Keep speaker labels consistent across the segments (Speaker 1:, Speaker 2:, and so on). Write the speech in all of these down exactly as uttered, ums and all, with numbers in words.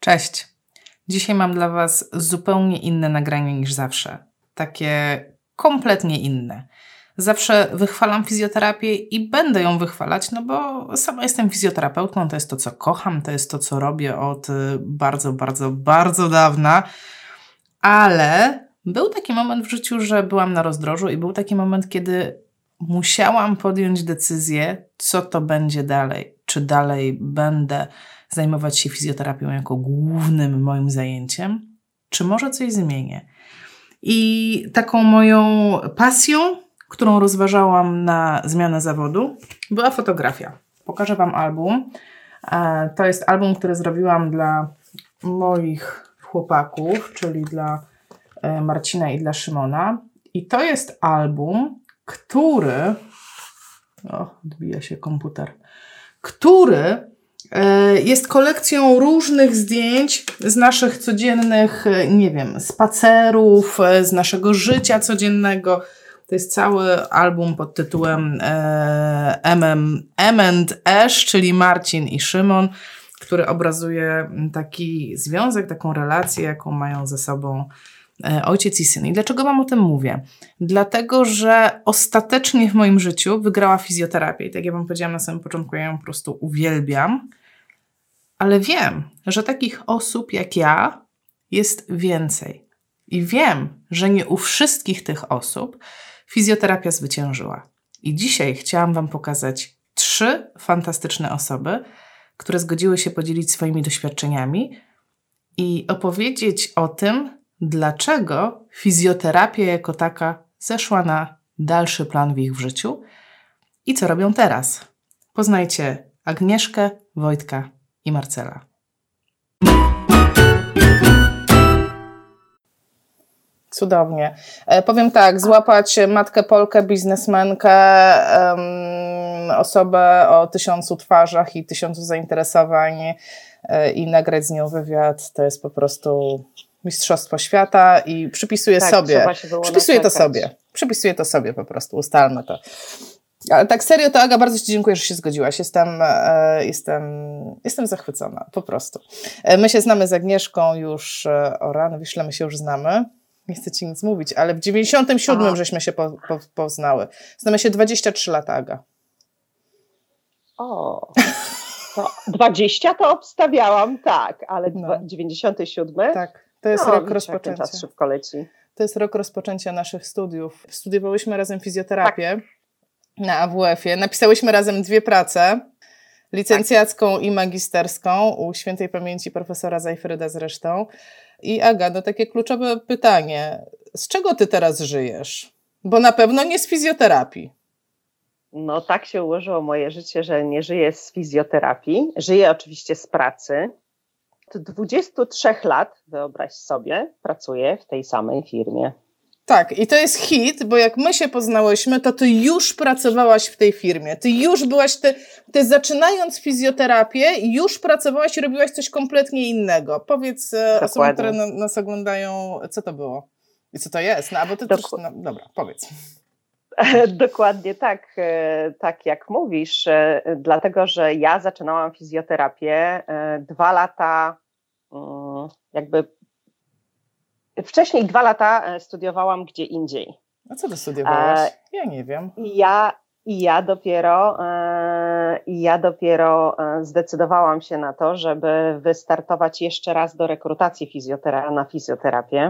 Speaker 1: Cześć! Dzisiaj mam dla Was zupełnie inne nagranie niż zawsze. Takie kompletnie inne. Zawsze wychwalam fizjoterapię i będę ją wychwalać, no bo sama jestem fizjoterapeutką, to jest to, co kocham, to jest to, co robię od bardzo, bardzo, bardzo dawna. Ale był taki moment w życiu, że byłam na rozdrożu i był taki moment, kiedy musiałam podjąć decyzję, co to będzie dalej. Czy dalej będę zajmować się fizjoterapią jako głównym moim zajęciem, czy może coś zmienię. I taką moją pasją, którą rozważałam na zmianę zawodu, była fotografia. Pokażę Wam album. To jest album, który zrobiłam dla moich chłopaków, czyli dla Marcina i dla Szymona. I to jest album, który... O, odbija się komputer. Który jest kolekcją różnych zdjęć z naszych codziennych, nie wiem, spacerów, z naszego życia codziennego. To jest cały album pod tytułem M and Ash, czyli Marcin i Szymon, który obrazuje taki związek, taką relację, jaką mają ze sobą ojciec i syn. I dlaczego Wam o tym mówię? Dlatego, że ostatecznie w moim życiu wygrała fizjoterapia. I tak jak Wam powiedziałam na samym początku, ja ją po prostu uwielbiam. Ale wiem, że takich osób jak ja jest więcej. I wiem, że nie u wszystkich tych osób fizjoterapia zwyciężyła. I dzisiaj chciałam Wam pokazać trzy fantastyczne osoby, które zgodziły się podzielić swoimi doświadczeniami i opowiedzieć o tym, dlaczego fizjoterapia jako taka zeszła na dalszy plan w ich w życiu i co robią teraz. Poznajcie Agnieszkę, Wojtka i Marcela. Cudownie. E, powiem tak, złapać matkę Polkę, biznesmenkę, um, osobę o tysiącu twarzach i tysiącu zainteresowań e, i nagrać z nią wywiad, to jest po prostu mistrzostwo świata i przypisuję tak, sobie, przypisuję to sobie, przypisuję to sobie po prostu, ustalmy to. Ale tak serio to Aga, bardzo Ci dziękuję, że się zgodziłaś. Jestem, e, jestem, jestem zachwycona, po prostu. E, my się znamy z Agnieszką już, e, o rano, wiesz, my się już znamy. Nie chcę Ci nic mówić, ale w dziewięćdziesiątym siódmym Aha. żeśmy się po, po, poznały. Znamy się dwadzieścia trzy lata, Aga.
Speaker 2: O, to dwadzieścia to obstawiałam, tak, ale no. dziewięćdziesiąty siódmy?
Speaker 1: Tak, to jest
Speaker 2: no,
Speaker 1: rok rozpoczęcia.
Speaker 2: Czas szybko leci.
Speaker 1: To jest rok rozpoczęcia naszych studiów. Studiowałyśmy razem fizjoterapię tak. na A W F-ie. Napisałyśmy razem dwie prace, licencjacką tak. i magisterską u świętej pamięci profesora Zajfryda zresztą. I Aga, no takie kluczowe pytanie. Z czego Ty teraz żyjesz? Bo na pewno nie z fizjoterapii.
Speaker 2: No tak się ułożyło moje życie, że nie żyję z fizjoterapii. Żyję oczywiście z pracy. Od dwudziestu trzech lat, wyobraź sobie, pracuję w tej samej firmie.
Speaker 1: Tak, i to jest hit, bo jak my się poznałyśmy, to Ty już pracowałaś w tej firmie. Ty już byłaś, ty, ty zaczynając fizjoterapię, już pracowałaś i robiłaś coś kompletnie innego. Powiedz Dokładnie. osobom, które na, nas oglądają, co to było i co to jest. No, bo ty Dok- też, no, dobra, powiedz.
Speaker 2: Dokładnie tak, tak jak mówisz, dlatego, że ja zaczynałam fizjoterapię dwa lata, jakby wcześniej dwa lata studiowałam gdzie indziej.
Speaker 1: A co ty studiowałaś? Ja nie wiem.
Speaker 2: I ja, i ja dopiero, i ja dopiero zdecydowałam się na to, żeby wystartować jeszcze raz do rekrutacji fizjotera- na fizjoterapię.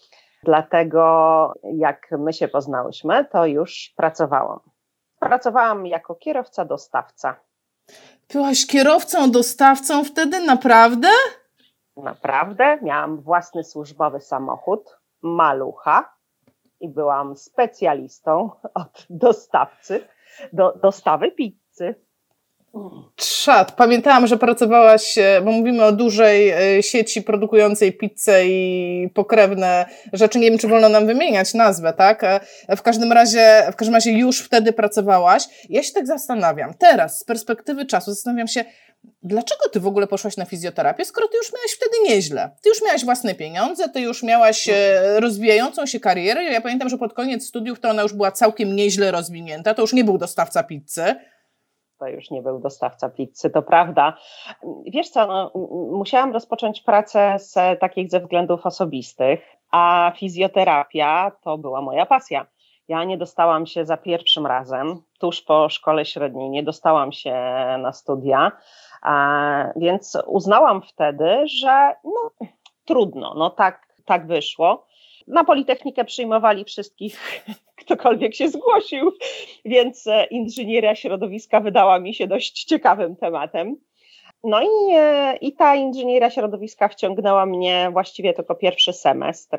Speaker 2: Dlatego jak my się poznałyśmy, to już pracowałam. Pracowałam jako kierowca dostawca.
Speaker 1: Byłaś kierowcą dostawcą wtedy? Naprawdę?
Speaker 2: Naprawdę. Miałam własny służbowy samochód, malucha i byłam specjalistą od dostawcy do dostawy pizzy.
Speaker 1: Trzat. Pamiętałam, że pracowałaś, bo mówimy o dużej sieci produkującej pizzę i pokrewne rzeczy. Nie wiem, czy wolno nam wymieniać nazwę, tak? W każdym razie, w każdym razie już wtedy pracowałaś. Ja się tak zastanawiam. Teraz, z perspektywy czasu, zastanawiam się, dlaczego ty w ogóle poszłaś na fizjoterapię, skoro ty już miałaś wtedy nieźle. Ty już miałaś własne pieniądze, ty już miałaś rozwijającą się karierę. Ja pamiętam, że pod koniec studiów to ona już była całkiem nieźle rozwinięta. To już nie był dostawca pizzy.
Speaker 2: to już nie był dostawca pizzy, to prawda. Wiesz co, no, musiałam rozpocząć pracę z takich ze względów osobistych, a fizjoterapia to była moja pasja. Ja nie dostałam się za pierwszym razem, tuż po szkole średniej, nie dostałam się na studia, a, więc uznałam wtedy, że no, trudno, no tak, tak wyszło. Na Politechnikę przyjmowali wszystkich, ktokolwiek się zgłosił, więc inżynieria środowiska wydała mi się dość ciekawym tematem. No i, i ta inżynieria środowiska wciągnęła mnie właściwie tylko pierwszy semestr.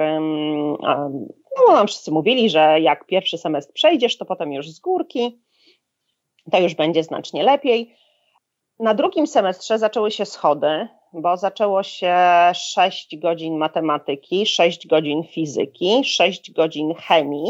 Speaker 2: No, nam wszyscy mówili, że jak pierwszy semestr przejdziesz, to potem już z górki, to już będzie znacznie lepiej. Na drugim semestrze zaczęły się schody, bo zaczęło się sześć godzin matematyki, sześć godzin fizyki, sześć godzin chemii.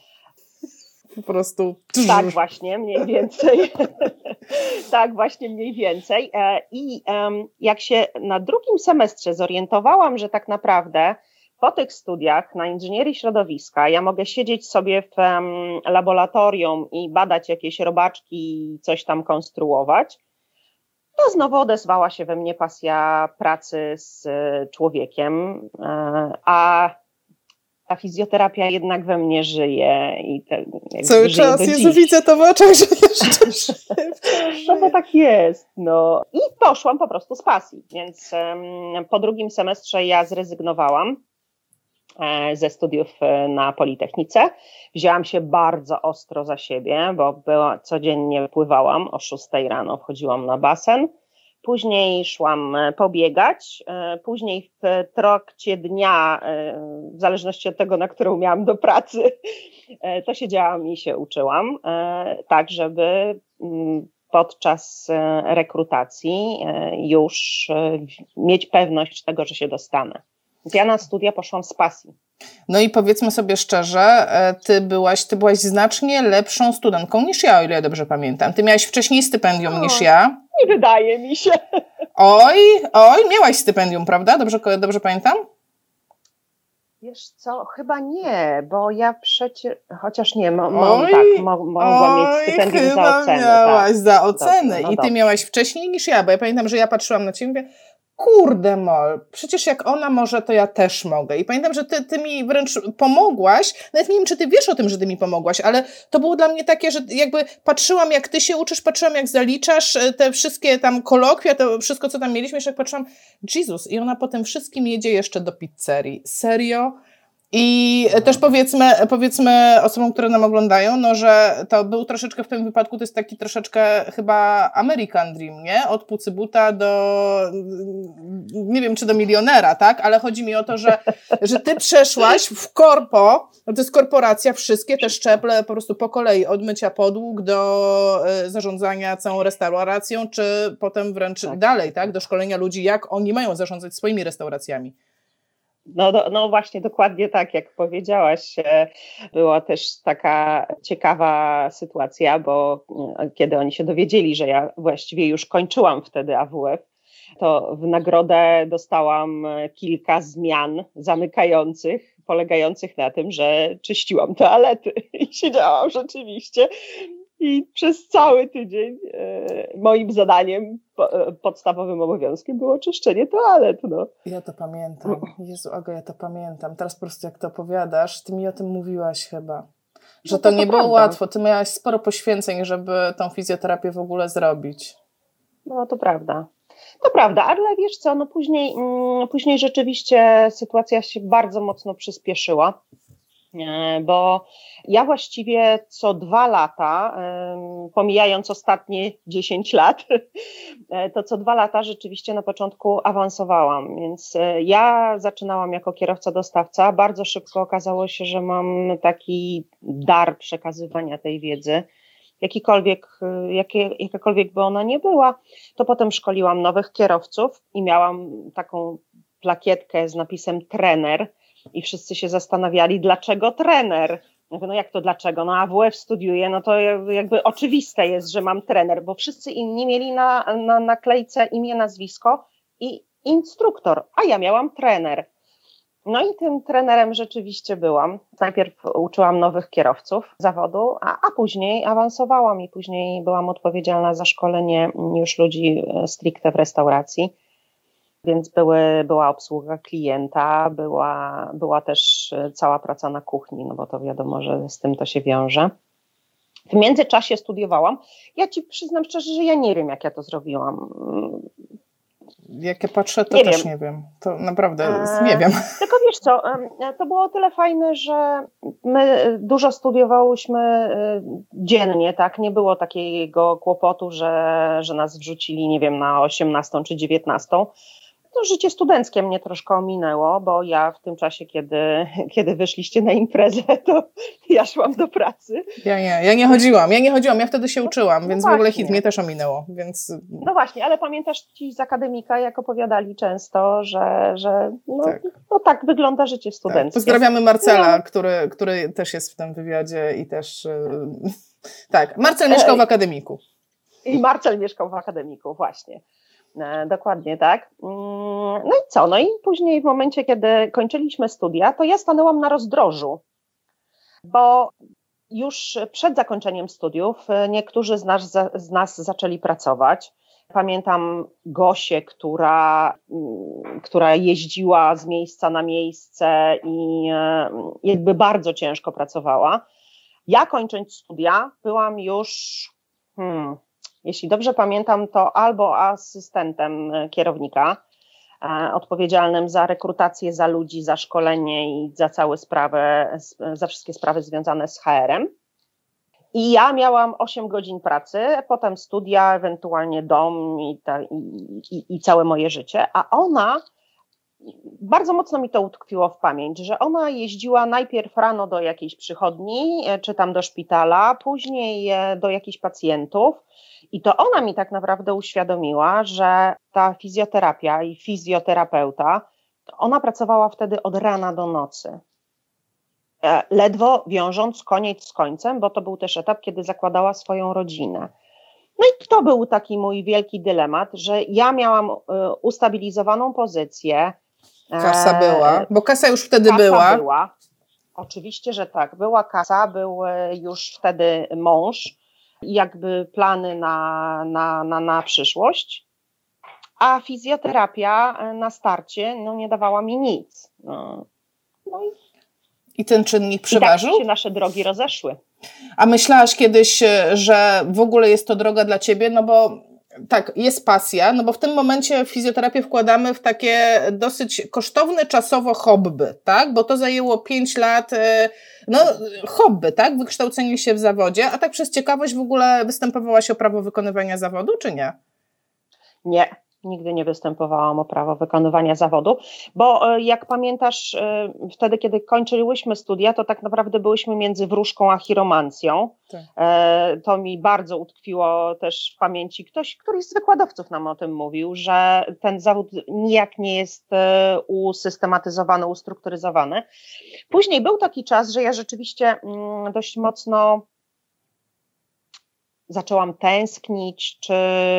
Speaker 1: Po prostu.
Speaker 2: Tak właśnie, mniej więcej. Tak właśnie, mniej więcej. I jak się na drugim semestrze zorientowałam, że tak naprawdę po tych studiach na inżynierii środowiska ja mogę siedzieć sobie w laboratorium i badać jakieś robaczki i coś tam konstruować, to znowu odezwała się we mnie pasja pracy z człowiekiem, a ta fizjoterapia jednak we mnie żyje. I te,
Speaker 1: cały
Speaker 2: żyje
Speaker 1: czas,
Speaker 2: do
Speaker 1: Jezu,
Speaker 2: dziś.
Speaker 1: widzę to w oczach, że jeszcze żyje.
Speaker 2: No bo tak jest. No. I poszłam po prostu z pasji, więc um, po drugim semestrze ja zrezygnowałam e, ze studiów na Politechnice. Wzięłam się bardzo ostro za siebie, bo była, codziennie pływałam o szóstej rano, wchodziłam na basen. Później szłam pobiegać, później w trakcie dnia, w zależności od tego, na którą miałam do pracy, to siedziałam i się uczyłam, tak żeby podczas rekrutacji już mieć pewność tego, że się dostanę. Ja na studia poszłam z pasji.
Speaker 1: No i powiedzmy sobie szczerze, ty byłaś, ty byłaś znacznie lepszą studentką niż ja, o ile dobrze pamiętam. Ty miałaś wcześniej stypendium o, niż ja.
Speaker 2: Nie wydaje mi się.
Speaker 1: Oj, oj, miałaś stypendium, prawda? Dobrze, dobrze pamiętam?
Speaker 2: Wiesz co, chyba nie, bo ja przecież, chociaż nie, mo, mo, oj, tak, mo, mogłam oj, mieć stypendium za ocenę.
Speaker 1: miałaś tak. za ocenę
Speaker 2: dobrze, no
Speaker 1: i ty
Speaker 2: dobrze.
Speaker 1: miałaś wcześniej niż ja, bo ja pamiętam, że ja patrzyłam na ciebie i mówię, kurde mol, przecież jak ona może, to ja też mogę. I pamiętam, że ty, ty mi wręcz pomogłaś, nawet nie wiem, czy ty wiesz o tym, że ty mi pomogłaś, ale to było dla mnie takie, że jakby patrzyłam, jak ty się uczysz, patrzyłam, jak zaliczasz te wszystkie tam kolokwia, to wszystko, co tam mieliśmy, jeszcze jak patrzyłam, Jezus, i ona po tym wszystkim jedzie jeszcze do pizzerii. Serio? I no. też powiedzmy, powiedzmy osobom, które nam oglądają, no, że to był troszeczkę w tym wypadku, to jest taki troszeczkę chyba American Dream, nie? Od pucybuta do, nie wiem, czy do milionera, tak? Ale chodzi mi o to, że, że ty przeszłaś w korpo, no to jest korporacja, wszystkie te szczeble po prostu po kolei, od mycia podłóg do zarządzania całą restauracją, czy potem wręcz tak. dalej, tak? Do szkolenia ludzi, jak oni mają zarządzać swoimi restauracjami.
Speaker 2: No, no właśnie, dokładnie tak, jak powiedziałaś. Była też taka ciekawa sytuacja, bo kiedy oni się dowiedzieli, że ja właściwie już kończyłam wtedy A W F, to w nagrodę dostałam kilka zmian zamykających, polegających na tym, że czyściłam toalety i siedziałam rzeczywiście. I przez cały tydzień e, moim zadaniem, po, e, podstawowym obowiązkiem było czyszczenie toalet. No.
Speaker 1: Ja to pamiętam. Jezu, Aga, ja to pamiętam. Teraz po prostu jak to opowiadasz, ty mi o tym mówiłaś chyba. Że
Speaker 2: no
Speaker 1: to,
Speaker 2: to
Speaker 1: nie
Speaker 2: to
Speaker 1: było
Speaker 2: prawda.
Speaker 1: łatwo. Ty miałaś sporo poświęceń, żeby tą fizjoterapię w ogóle zrobić.
Speaker 2: No to prawda. To prawda, ale wiesz co, no później, mm, później rzeczywiście sytuacja się bardzo mocno przyspieszyła. Bo ja właściwie co dwa lata, pomijając ostatnie dziesięć lat, to co dwa lata rzeczywiście na początku awansowałam, więc ja zaczynałam jako kierowca-dostawca, bardzo szybko okazało się, że mam taki dar przekazywania tej wiedzy, jakikolwiek, jakie, jakakolwiek by ona nie była, to potem szkoliłam nowych kierowców i miałam taką plakietkę z napisem trener, i wszyscy się zastanawiali, dlaczego trener? No jak to dlaczego? No A W F studiuję, no to jakby oczywiste jest, że mam trener, bo wszyscy inni mieli na, na naklejce imię, nazwisko i instruktor, a ja miałam trener. No i tym trenerem rzeczywiście byłam. Najpierw uczyłam nowych kierowców zawodu, a, a później awansowałam i później byłam odpowiedzialna za szkolenie już ludzi stricte w restauracji. Więc były, była obsługa klienta, była, była też cała praca na kuchni, no bo to wiadomo, że z tym to się wiąże. W międzyczasie studiowałam. Ja ci przyznam szczerze, że ja nie wiem, jak ja to zrobiłam.
Speaker 1: Jak ja patrzę, to
Speaker 2: nie
Speaker 1: też
Speaker 2: wiem.
Speaker 1: nie wiem. To naprawdę eee, nie wiem.
Speaker 2: Tylko wiesz co, to było o tyle fajne, że my dużo studiowałyśmy dziennie, tak? Nie było takiego kłopotu, że, że nas wrzucili, nie wiem, na osiemnastą czy dziewiętnastą. To życie studenckie mnie troszkę ominęło, bo ja w tym czasie, kiedy, kiedy wyszliście na imprezę, to ja szłam do pracy.
Speaker 1: Ja nie, ja nie chodziłam, ja nie chodziłam, ja wtedy się
Speaker 2: no,
Speaker 1: uczyłam,
Speaker 2: no
Speaker 1: więc
Speaker 2: właśnie.
Speaker 1: W ogóle hit mnie też ominęło, więc...
Speaker 2: No właśnie, ale pamiętasz ci z akademika, jak opowiadali często, że, że no, tak. no tak wygląda życie studenckie.
Speaker 1: Tak. Pozdrawiamy Marcela, no. który, który też jest w tym wywiadzie i też... Tak, Marcel mieszkał w akademiku.
Speaker 2: I Marcel mieszkał w akademiku, właśnie. Dokładnie tak. No i co? No i później w momencie, kiedy kończyliśmy studia, to ja stanęłam na rozdrożu, bo już przed zakończeniem studiów niektórzy z nas, z nas zaczęli pracować. Pamiętam Gosię, która, która jeździła z miejsca na miejsce i jakby bardzo ciężko pracowała. Ja kończąc studia byłam już... Hmm, Jeśli dobrze pamiętam, to albo asystentem kierownika, e, odpowiedzialnym za rekrutację, za ludzi, za szkolenie i za całe sprawy, za wszystkie sprawy związane z H R-em. I ja miałam osiem godzin pracy, potem studia, ewentualnie dom i, ta, i, i, i całe moje życie, a ona, bardzo mocno mi to utkwiło w pamięć, że ona jeździła najpierw rano do jakiejś przychodni, czy tam do szpitala, później do jakichś pacjentów. I to ona mi tak naprawdę uświadomiła, że ta fizjoterapia i fizjoterapeuta, to ona pracowała wtedy od rana do nocy. Ledwo wiążąc koniec z końcem, bo to był też etap, kiedy zakładała swoją rodzinę. No i to był taki mój wielki dylemat, że ja miałam ustabilizowaną pozycję.
Speaker 1: Kasa była, bo kasa już wtedy
Speaker 2: kasa
Speaker 1: była.
Speaker 2: była. Oczywiście, że tak. Była kasa, był już wtedy mąż. Jakby plany na, na, na, na przyszłość, a fizjoterapia na starcie no, nie dawała mi nic. No, no i,
Speaker 1: I ten czynnik przeważył?
Speaker 2: I tak się nasze drogi rozeszły.
Speaker 1: A myślałaś kiedyś, że w ogóle jest to droga dla ciebie? No bo tak, jest pasja, no bo w tym momencie fizjoterapię wkładamy w takie dosyć kosztowne czasowo hobby, tak? Bo to zajęło pięć lat, no hobby, tak? Wykształcenie się w zawodzie, a tak przez ciekawość w ogóle występowałaś o prawo wykonywania zawodu, czy nie?
Speaker 2: Nie. Nigdy nie występowałam o prawo wykonywania zawodu, bo jak pamiętasz, wtedy, kiedy kończyłyśmy studia, to tak naprawdę byłyśmy między wróżką a chiromancją. Tak. To mi bardzo utkwiło też w pamięci. Ktoś, któryś z wykładowców nam o tym mówił, że ten zawód nijak nie jest usystematyzowany, ustrukturyzowany. Później był taki czas, że ja rzeczywiście dość mocno zaczęłam tęsknić, czy...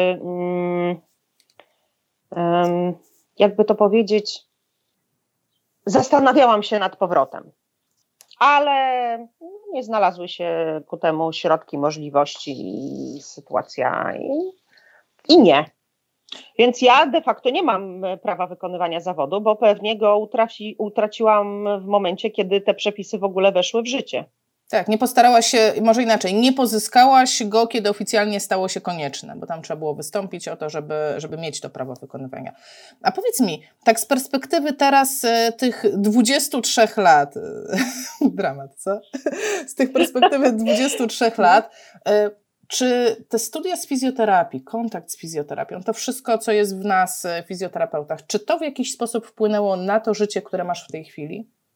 Speaker 2: jakby to powiedzieć, zastanawiałam się nad powrotem, ale nie znalazły się ku temu środki, możliwości i sytuacja i, i nie. Więc ja de facto nie mam prawa wykonywania zawodu, bo pewnie go utraci, utraciłam w momencie, kiedy te przepisy w ogóle weszły w życie.
Speaker 1: Tak, nie postarałaś się, może inaczej, nie pozyskałaś go, kiedy oficjalnie stało się konieczne, bo tam trzeba było wystąpić o to, żeby, żeby mieć to prawo wykonywania. A powiedz mi, tak z perspektywy teraz e, tych dwudziestu trzech lat, dramat, co? Z tych perspektywy dwudziestu trzech lat, e, czy te studia z fizjoterapii, kontakt z fizjoterapią, to wszystko, co jest w nas, fizjoterapeutach, czy to w jakiś sposób wpłynęło na to życie, które masz w tej chwili?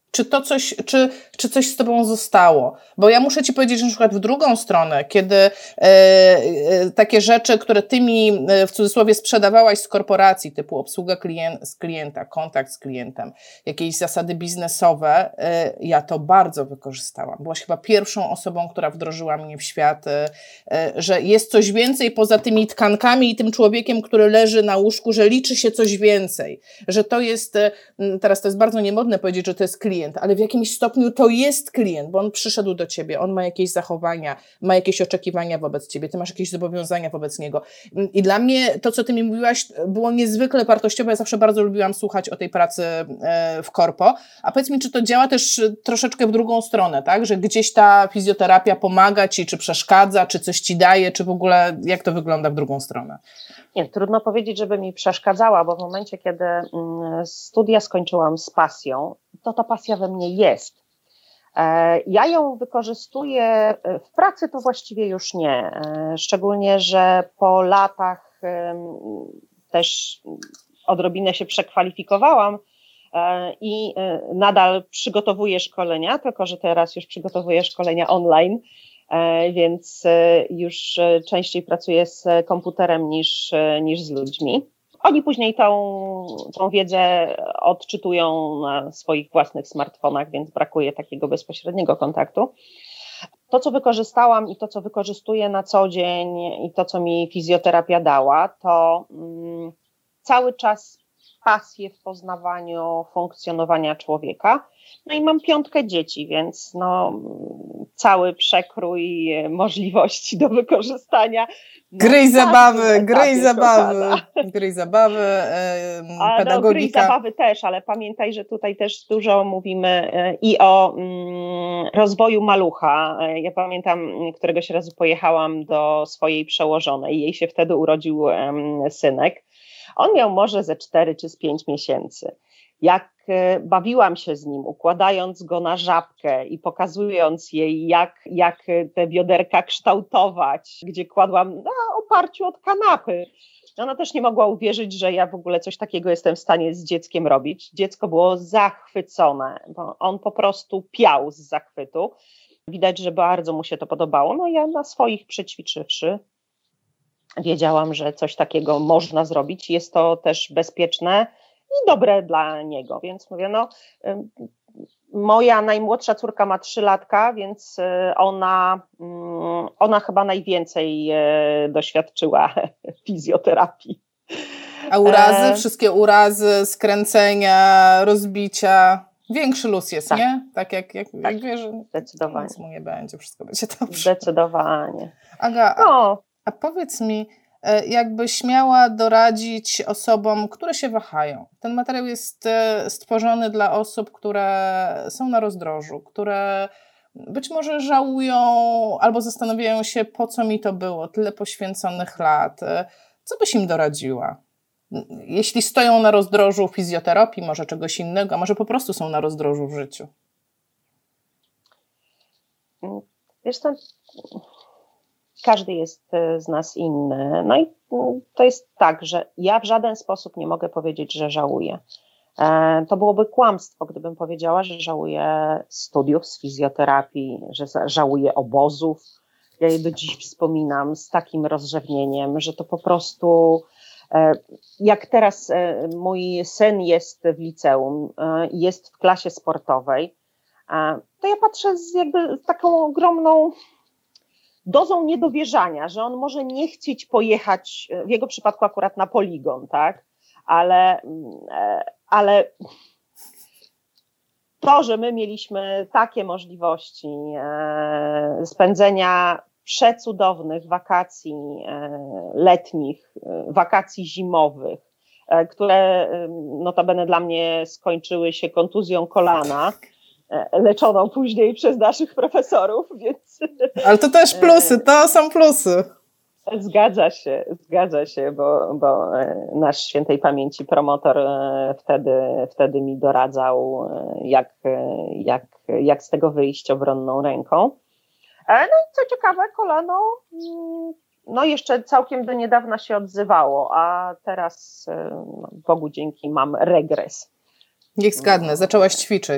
Speaker 1: Czy to coś, czy, czy coś z tobą zostało? Bo ja muszę ci powiedzieć, że na przykład w drugą stronę, kiedy e, e, takie rzeczy, które ty mi e, w cudzysłowie sprzedawałaś z korporacji, typu obsługa klien- z klienta, kontakt z klientem, jakieś zasady biznesowe, e, ja to bardzo wykorzystałam. Byłaś chyba pierwszą osobą, która wdrożyła mnie w świat, e, e, że jest coś więcej poza tymi tkankami i tym człowiekiem, który leży na łóżku, że liczy się coś więcej, że to jest, e, teraz to jest bardzo niemodne powiedzieć, że to jest klient, ale w jakimś stopniu to jest klient, bo on przyszedł do ciebie, on ma jakieś zachowania, ma jakieś oczekiwania wobec ciebie, ty masz jakieś zobowiązania wobec niego. I dla mnie to, co ty mi mówiłaś, było niezwykle wartościowe. Ja zawsze bardzo lubiłam słuchać o tej pracy w korpo. A powiedz mi, czy to działa też troszeczkę w drugą stronę, tak? Że gdzieś ta fizjoterapia pomaga ci, czy przeszkadza, czy coś ci daje, czy w ogóle jak to wygląda w drugą stronę?
Speaker 2: Nie, trudno powiedzieć, żeby mi przeszkadzała, bo w momencie, kiedy studia skończyłam z pasją, to ta pasja we mnie jest. Ja ją wykorzystuję w pracy, to właściwie już nie. Szczególnie, że po latach też odrobinę się przekwalifikowałam i nadal przygotowuję szkolenia, tylko że teraz już przygotowuję szkolenia online, więc już częściej pracuję z komputerem niż, niż z ludźmi. Oni później tą, tą wiedzę odczytują na swoich własnych smartfonach, więc brakuje takiego bezpośredniego kontaktu. To, co wykorzystałam i to, co wykorzystuję na co dzień i to, co mi fizjoterapia dała, to mm, cały czas pasję w poznawaniu funkcjonowania człowieka. No i mam piątkę dzieci, więc no, cały przekrój możliwości do wykorzystania. No,
Speaker 1: gry i zabawy, gry i zabawy, gry i zabawy,
Speaker 2: A,
Speaker 1: pedagogika.
Speaker 2: No, gry i zabawy też, ale pamiętaj, że tutaj też dużo mówimy i o mm, rozwoju malucha. Ja pamiętam, któregoś razu pojechałam do swojej przełożonej, jej się wtedy urodził um, synek. On miał może ze cztery czy z pięć miesięcy. Jak bawiłam się z nim, układając go na żabkę i pokazując jej, jak, jak te bioderka kształtować, gdzie kładłam na oparciu od kanapy. Ona też nie mogła uwierzyć, że ja w ogóle coś takiego jestem w stanie z dzieckiem robić. Dziecko było zachwycone, bo on po prostu piał z zachwytu. Widać, że bardzo mu się to podobało. No ja na swoich przećwiczywszy wiedziałam, że coś takiego można zrobić. Jest to też bezpieczne i dobre dla niego, więc mówię, no moja najmłodsza córka ma trzy latka, więc ona, ona chyba najwięcej doświadczyła fizjoterapii.
Speaker 1: A urazy, e... wszystkie urazy, skręcenia, rozbicia, większy luz jest, tak. Nie? Tak jak, jak,
Speaker 2: tak,
Speaker 1: jak wiesz,
Speaker 2: zdecydowanie.
Speaker 1: Nic mu nie będzie, wszystko będzie dobrze.
Speaker 2: Zdecydowanie.
Speaker 1: Aga,
Speaker 2: no.
Speaker 1: a, a powiedz mi, jakbyś miała doradzić osobom, które się wahają. Ten materiał jest stworzony dla osób, które są na rozdrożu, które być może żałują albo zastanawiają się, po co mi to było, tyle poświęconych lat. Co byś im doradziła? Jeśli stoją na rozdrożu fizjoterapii, może czegoś innego, a może po prostu są na rozdrożu w życiu?
Speaker 2: Wiesz co, każdy jest z nas inny. No i to jest tak, że ja w żaden sposób nie mogę powiedzieć, że żałuję. To byłoby kłamstwo, gdybym powiedziała, że żałuję studiów z fizjoterapii, że żałuję obozów. Ja je do dziś wspominam z takim rozrzewnieniem, że to po prostu, jak teraz mój syn jest w liceum, jest w klasie sportowej, to ja patrzę z jakby z taką ogromną dozą niedowierzania, że on może nie chcieć pojechać, w jego przypadku akurat na poligon, tak, ale, ale to, że my mieliśmy takie możliwości spędzenia przecudownych wakacji letnich, wakacji zimowych, które notabene dla mnie skończyły się kontuzją kolana, leczoną później przez naszych profesorów, więc...
Speaker 1: Ale to też plusy, to są plusy.
Speaker 2: Zgadza się, zgadza się, bo, bo nasz świętej pamięci promotor wtedy, wtedy mi doradzał, jak, jak, jak z tego wyjść obronną ręką. No i co ciekawe, kolano no jeszcze całkiem do niedawna się odzywało, a teraz Bogu dzięki mam regres.
Speaker 1: Niech zgadnę, zaczęłaś ćwiczyć.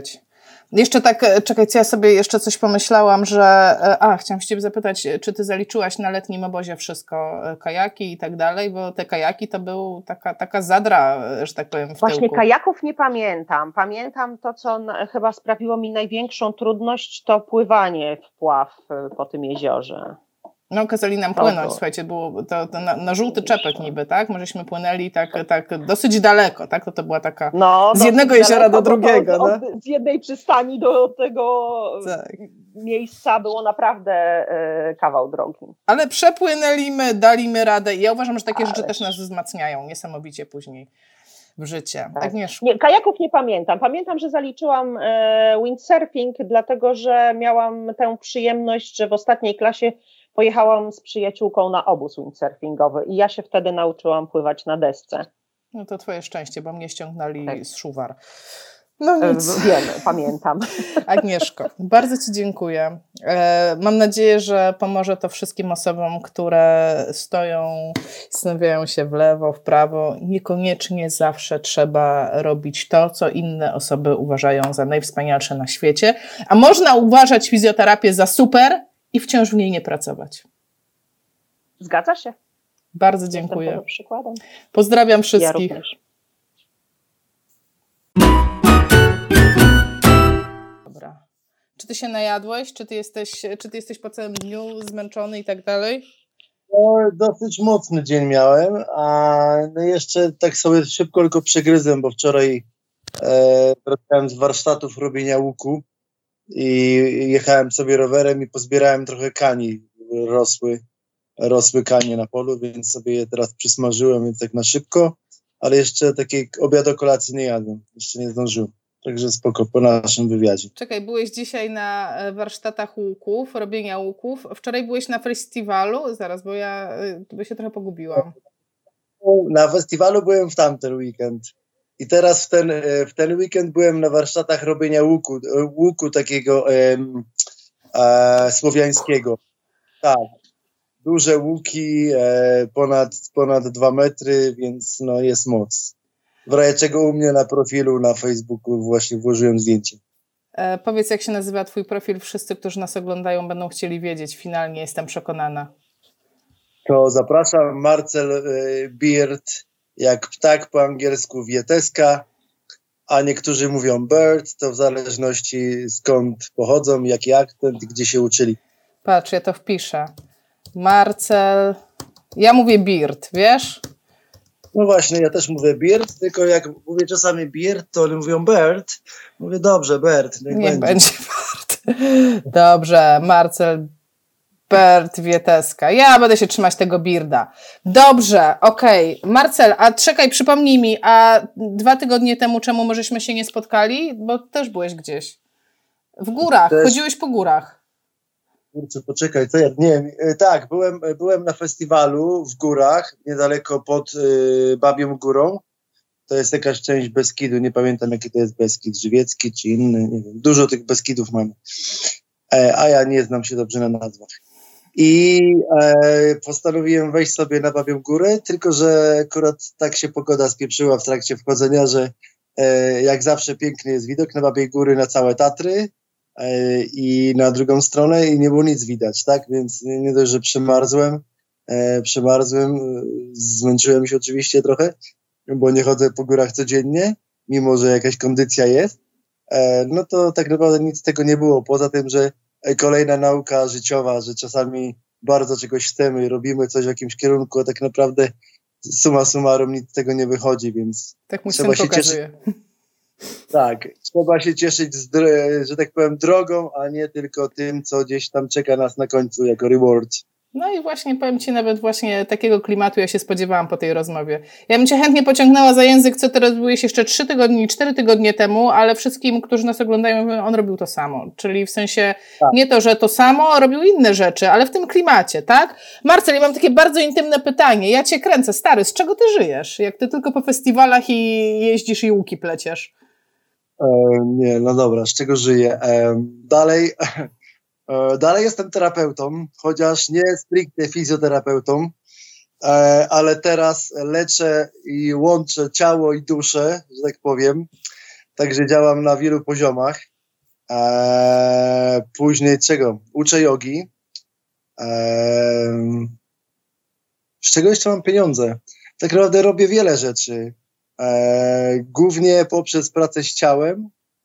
Speaker 1: Jeszcze tak, czekaj, co ja sobie jeszcze coś pomyślałam, że, a, chciałam się ciebie zapytać, czy ty zaliczyłaś na letnim obozie wszystko, kajaki i tak dalej, bo te kajaki to był taka, taka zadra, że tak powiem, w
Speaker 2: Właśnie
Speaker 1: tyłku.
Speaker 2: Kajaków nie pamiętam. Pamiętam to, co na, chyba sprawiło mi największą trudność, to pływanie w pław po tym jeziorze.
Speaker 1: No, kazali nam
Speaker 2: to
Speaker 1: płynąć,
Speaker 2: było.
Speaker 1: słuchajcie, było to, to na, na żółty czepek niby, tak? My żeśmy płynęli tak, tak dosyć daleko, tak? To to była taka
Speaker 2: no,
Speaker 1: z jednego jeziora do drugiego.
Speaker 2: To,
Speaker 1: no?
Speaker 2: od, z jednej przystani do tego
Speaker 1: tak.
Speaker 2: miejsca było naprawdę y, kawał drogi.
Speaker 1: Ale przepłynęliśmy, daliśmy radę i ja uważam, że takie
Speaker 2: Ależ.
Speaker 1: rzeczy też nas wzmacniają niesamowicie później w życie.
Speaker 2: Tak.
Speaker 1: Agnieszko.
Speaker 2: Nie, kajaków nie pamiętam. Pamiętam, że zaliczyłam e, windsurfing, dlatego że miałam tę przyjemność, że w ostatniej klasie pojechałam z przyjaciółką na obóz windsurfingowy i ja się wtedy nauczyłam pływać na desce.
Speaker 1: No to twoje szczęście, bo mnie ściągnęli
Speaker 2: tak.
Speaker 1: z Szuwar. No nic.
Speaker 2: Wiem, pamiętam.
Speaker 1: Agnieszko, bardzo ci dziękuję. E, mam nadzieję, że pomoże to wszystkim osobom, które stoją, zastanawiają się w lewo, w prawo. Niekoniecznie zawsze trzeba robić to, co inne osoby uważają za najwspanialsze na świecie, a można uważać fizjoterapię za super i wciąż w niej nie pracować.
Speaker 2: Zgadza się.
Speaker 1: Bardzo dziękuję.
Speaker 2: Jestem tego przykładem.
Speaker 1: Pozdrawiam wszystkich.
Speaker 2: Ja również.
Speaker 1: Dobra. Czy ty się najadłeś? Czy ty jesteś, czy ty jesteś po całym dniu zmęczony i tak dalej?
Speaker 3: No, dosyć mocny dzień miałem, a no jeszcze tak sobie szybko tylko przegryzłem, bo wczoraj e, wracałem z warsztatów robienia łuku i jechałem sobie rowerem i pozbierałem trochę kani. Rosły, rosły kanie na polu, więc sobie je teraz przysmażyłem, więc tak na szybko, ale jeszcze takiej obiadu kolacji nie jadłem, jeszcze nie zdążyłem. Także spoko, po naszym wywiadzie.
Speaker 1: Czekaj, byłeś dzisiaj na warsztatach łuków, robienia łuków. Wczoraj byłeś na festiwalu? Zaraz, bo ja by się trochę pogubiłam.
Speaker 3: Na festiwalu byłem w tamten weekend. I teraz w ten, w ten weekend byłem na warsztatach robienia łuku, łuku takiego em, e, słowiańskiego. Tak. Duże łuki, e, ponad, ponad dwa metry, więc no jest moc. W razie czego u mnie na profilu na Facebooku właśnie włożyłem zdjęcie.
Speaker 1: E, powiedz, jak się nazywa twój profil? Wszyscy, którzy nas oglądają, będą chcieli wiedzieć. Finalnie jestem przekonana.
Speaker 3: To zapraszam, Marcel e, Beard, jak ptak po angielsku Wieteska, a niektórzy mówią bird, to w zależności skąd pochodzą, jaki akcent, gdzie się uczyli.
Speaker 1: Patrz, ja to wpiszę. Marcel... Ja mówię Beard, wiesz?
Speaker 3: No właśnie, ja też mówię Beard, tylko jak mówię czasami Beard, to oni mówią Bird. Mówię, dobrze, Bird. Niech,
Speaker 1: niech
Speaker 3: będzie.
Speaker 1: będzie Bird. Dobrze, Marcel Beard Wieteska. Ja będę się trzymać tego Bearda. Dobrze, okej. Okay. Marcel, a czekaj, przypomnij mi, a dwa tygodnie temu czemu my żeśmy się nie spotkali? Bo też byłeś gdzieś. W górach, też... chodziłeś po górach.
Speaker 3: Kurczę, poczekaj, co ja, nie wiem, tak, byłem, byłem na festiwalu w górach, niedaleko pod y, Babią Górą, to jest jakaś część Beskidu, nie pamiętam jaki to jest Beskid, Żywiecki czy inny, nie wiem, dużo tych Beskidów mamy, e, a ja nie znam się dobrze na nazwach. I e, postanowiłem wejść sobie na Babią Górę, tylko że akurat tak się pogoda spieprzyła w trakcie wchodzenia, że e, jak zawsze piękny jest widok na Babiej Góry na całe Tatry, i na drugą stronę i nie było nic widać, tak, więc nie dość, że przemarzłem, e, przemarzłem, zmęczyłem się oczywiście trochę, bo nie chodzę po górach codziennie, mimo że jakaś kondycja jest, e, no to tak naprawdę nic z tego nie było, poza tym, że kolejna nauka życiowa, że czasami bardzo czegoś chcemy, robimy coś w jakimś kierunku, a tak naprawdę summa summarum nic z tego nie wychodzi, więc
Speaker 1: tak mu
Speaker 3: trzeba
Speaker 1: się
Speaker 3: cieszyć. Tak, trzeba się cieszyć, z, że tak powiem, drogą, a nie tylko tym, co gdzieś tam czeka nas na końcu jako reward.
Speaker 1: No i właśnie powiem ci, nawet właśnie takiego klimatu ja się spodziewałam po tej rozmowie. Ja bym cię chętnie pociągnęła za język, co teraz robiłeś jeszcze trzy tygodnie, cztery tygodnie temu, ale wszystkim, którzy nas oglądają, on robił to samo. Czyli w sensie tak. Nie to, że to samo, robił inne rzeczy, ale w tym klimacie, tak? Marcel, ja mam takie bardzo intymne pytanie. Ja cię kręcę, stary, z czego ty żyjesz? Jak ty tylko po festiwalach i jeździsz i łuki pleciesz?
Speaker 3: E, nie, no dobra, z czego żyję? E, dalej... Dalej jestem terapeutą, chociaż nie stricte fizjoterapeutą, ale teraz leczę i łączę ciało i duszę, że tak powiem. Także działam na wielu poziomach. E, później czego? Uczę jogi. E, z czego jeszcze mam pieniądze? Tak naprawdę robię wiele rzeczy. E, głównie poprzez pracę z ciałem.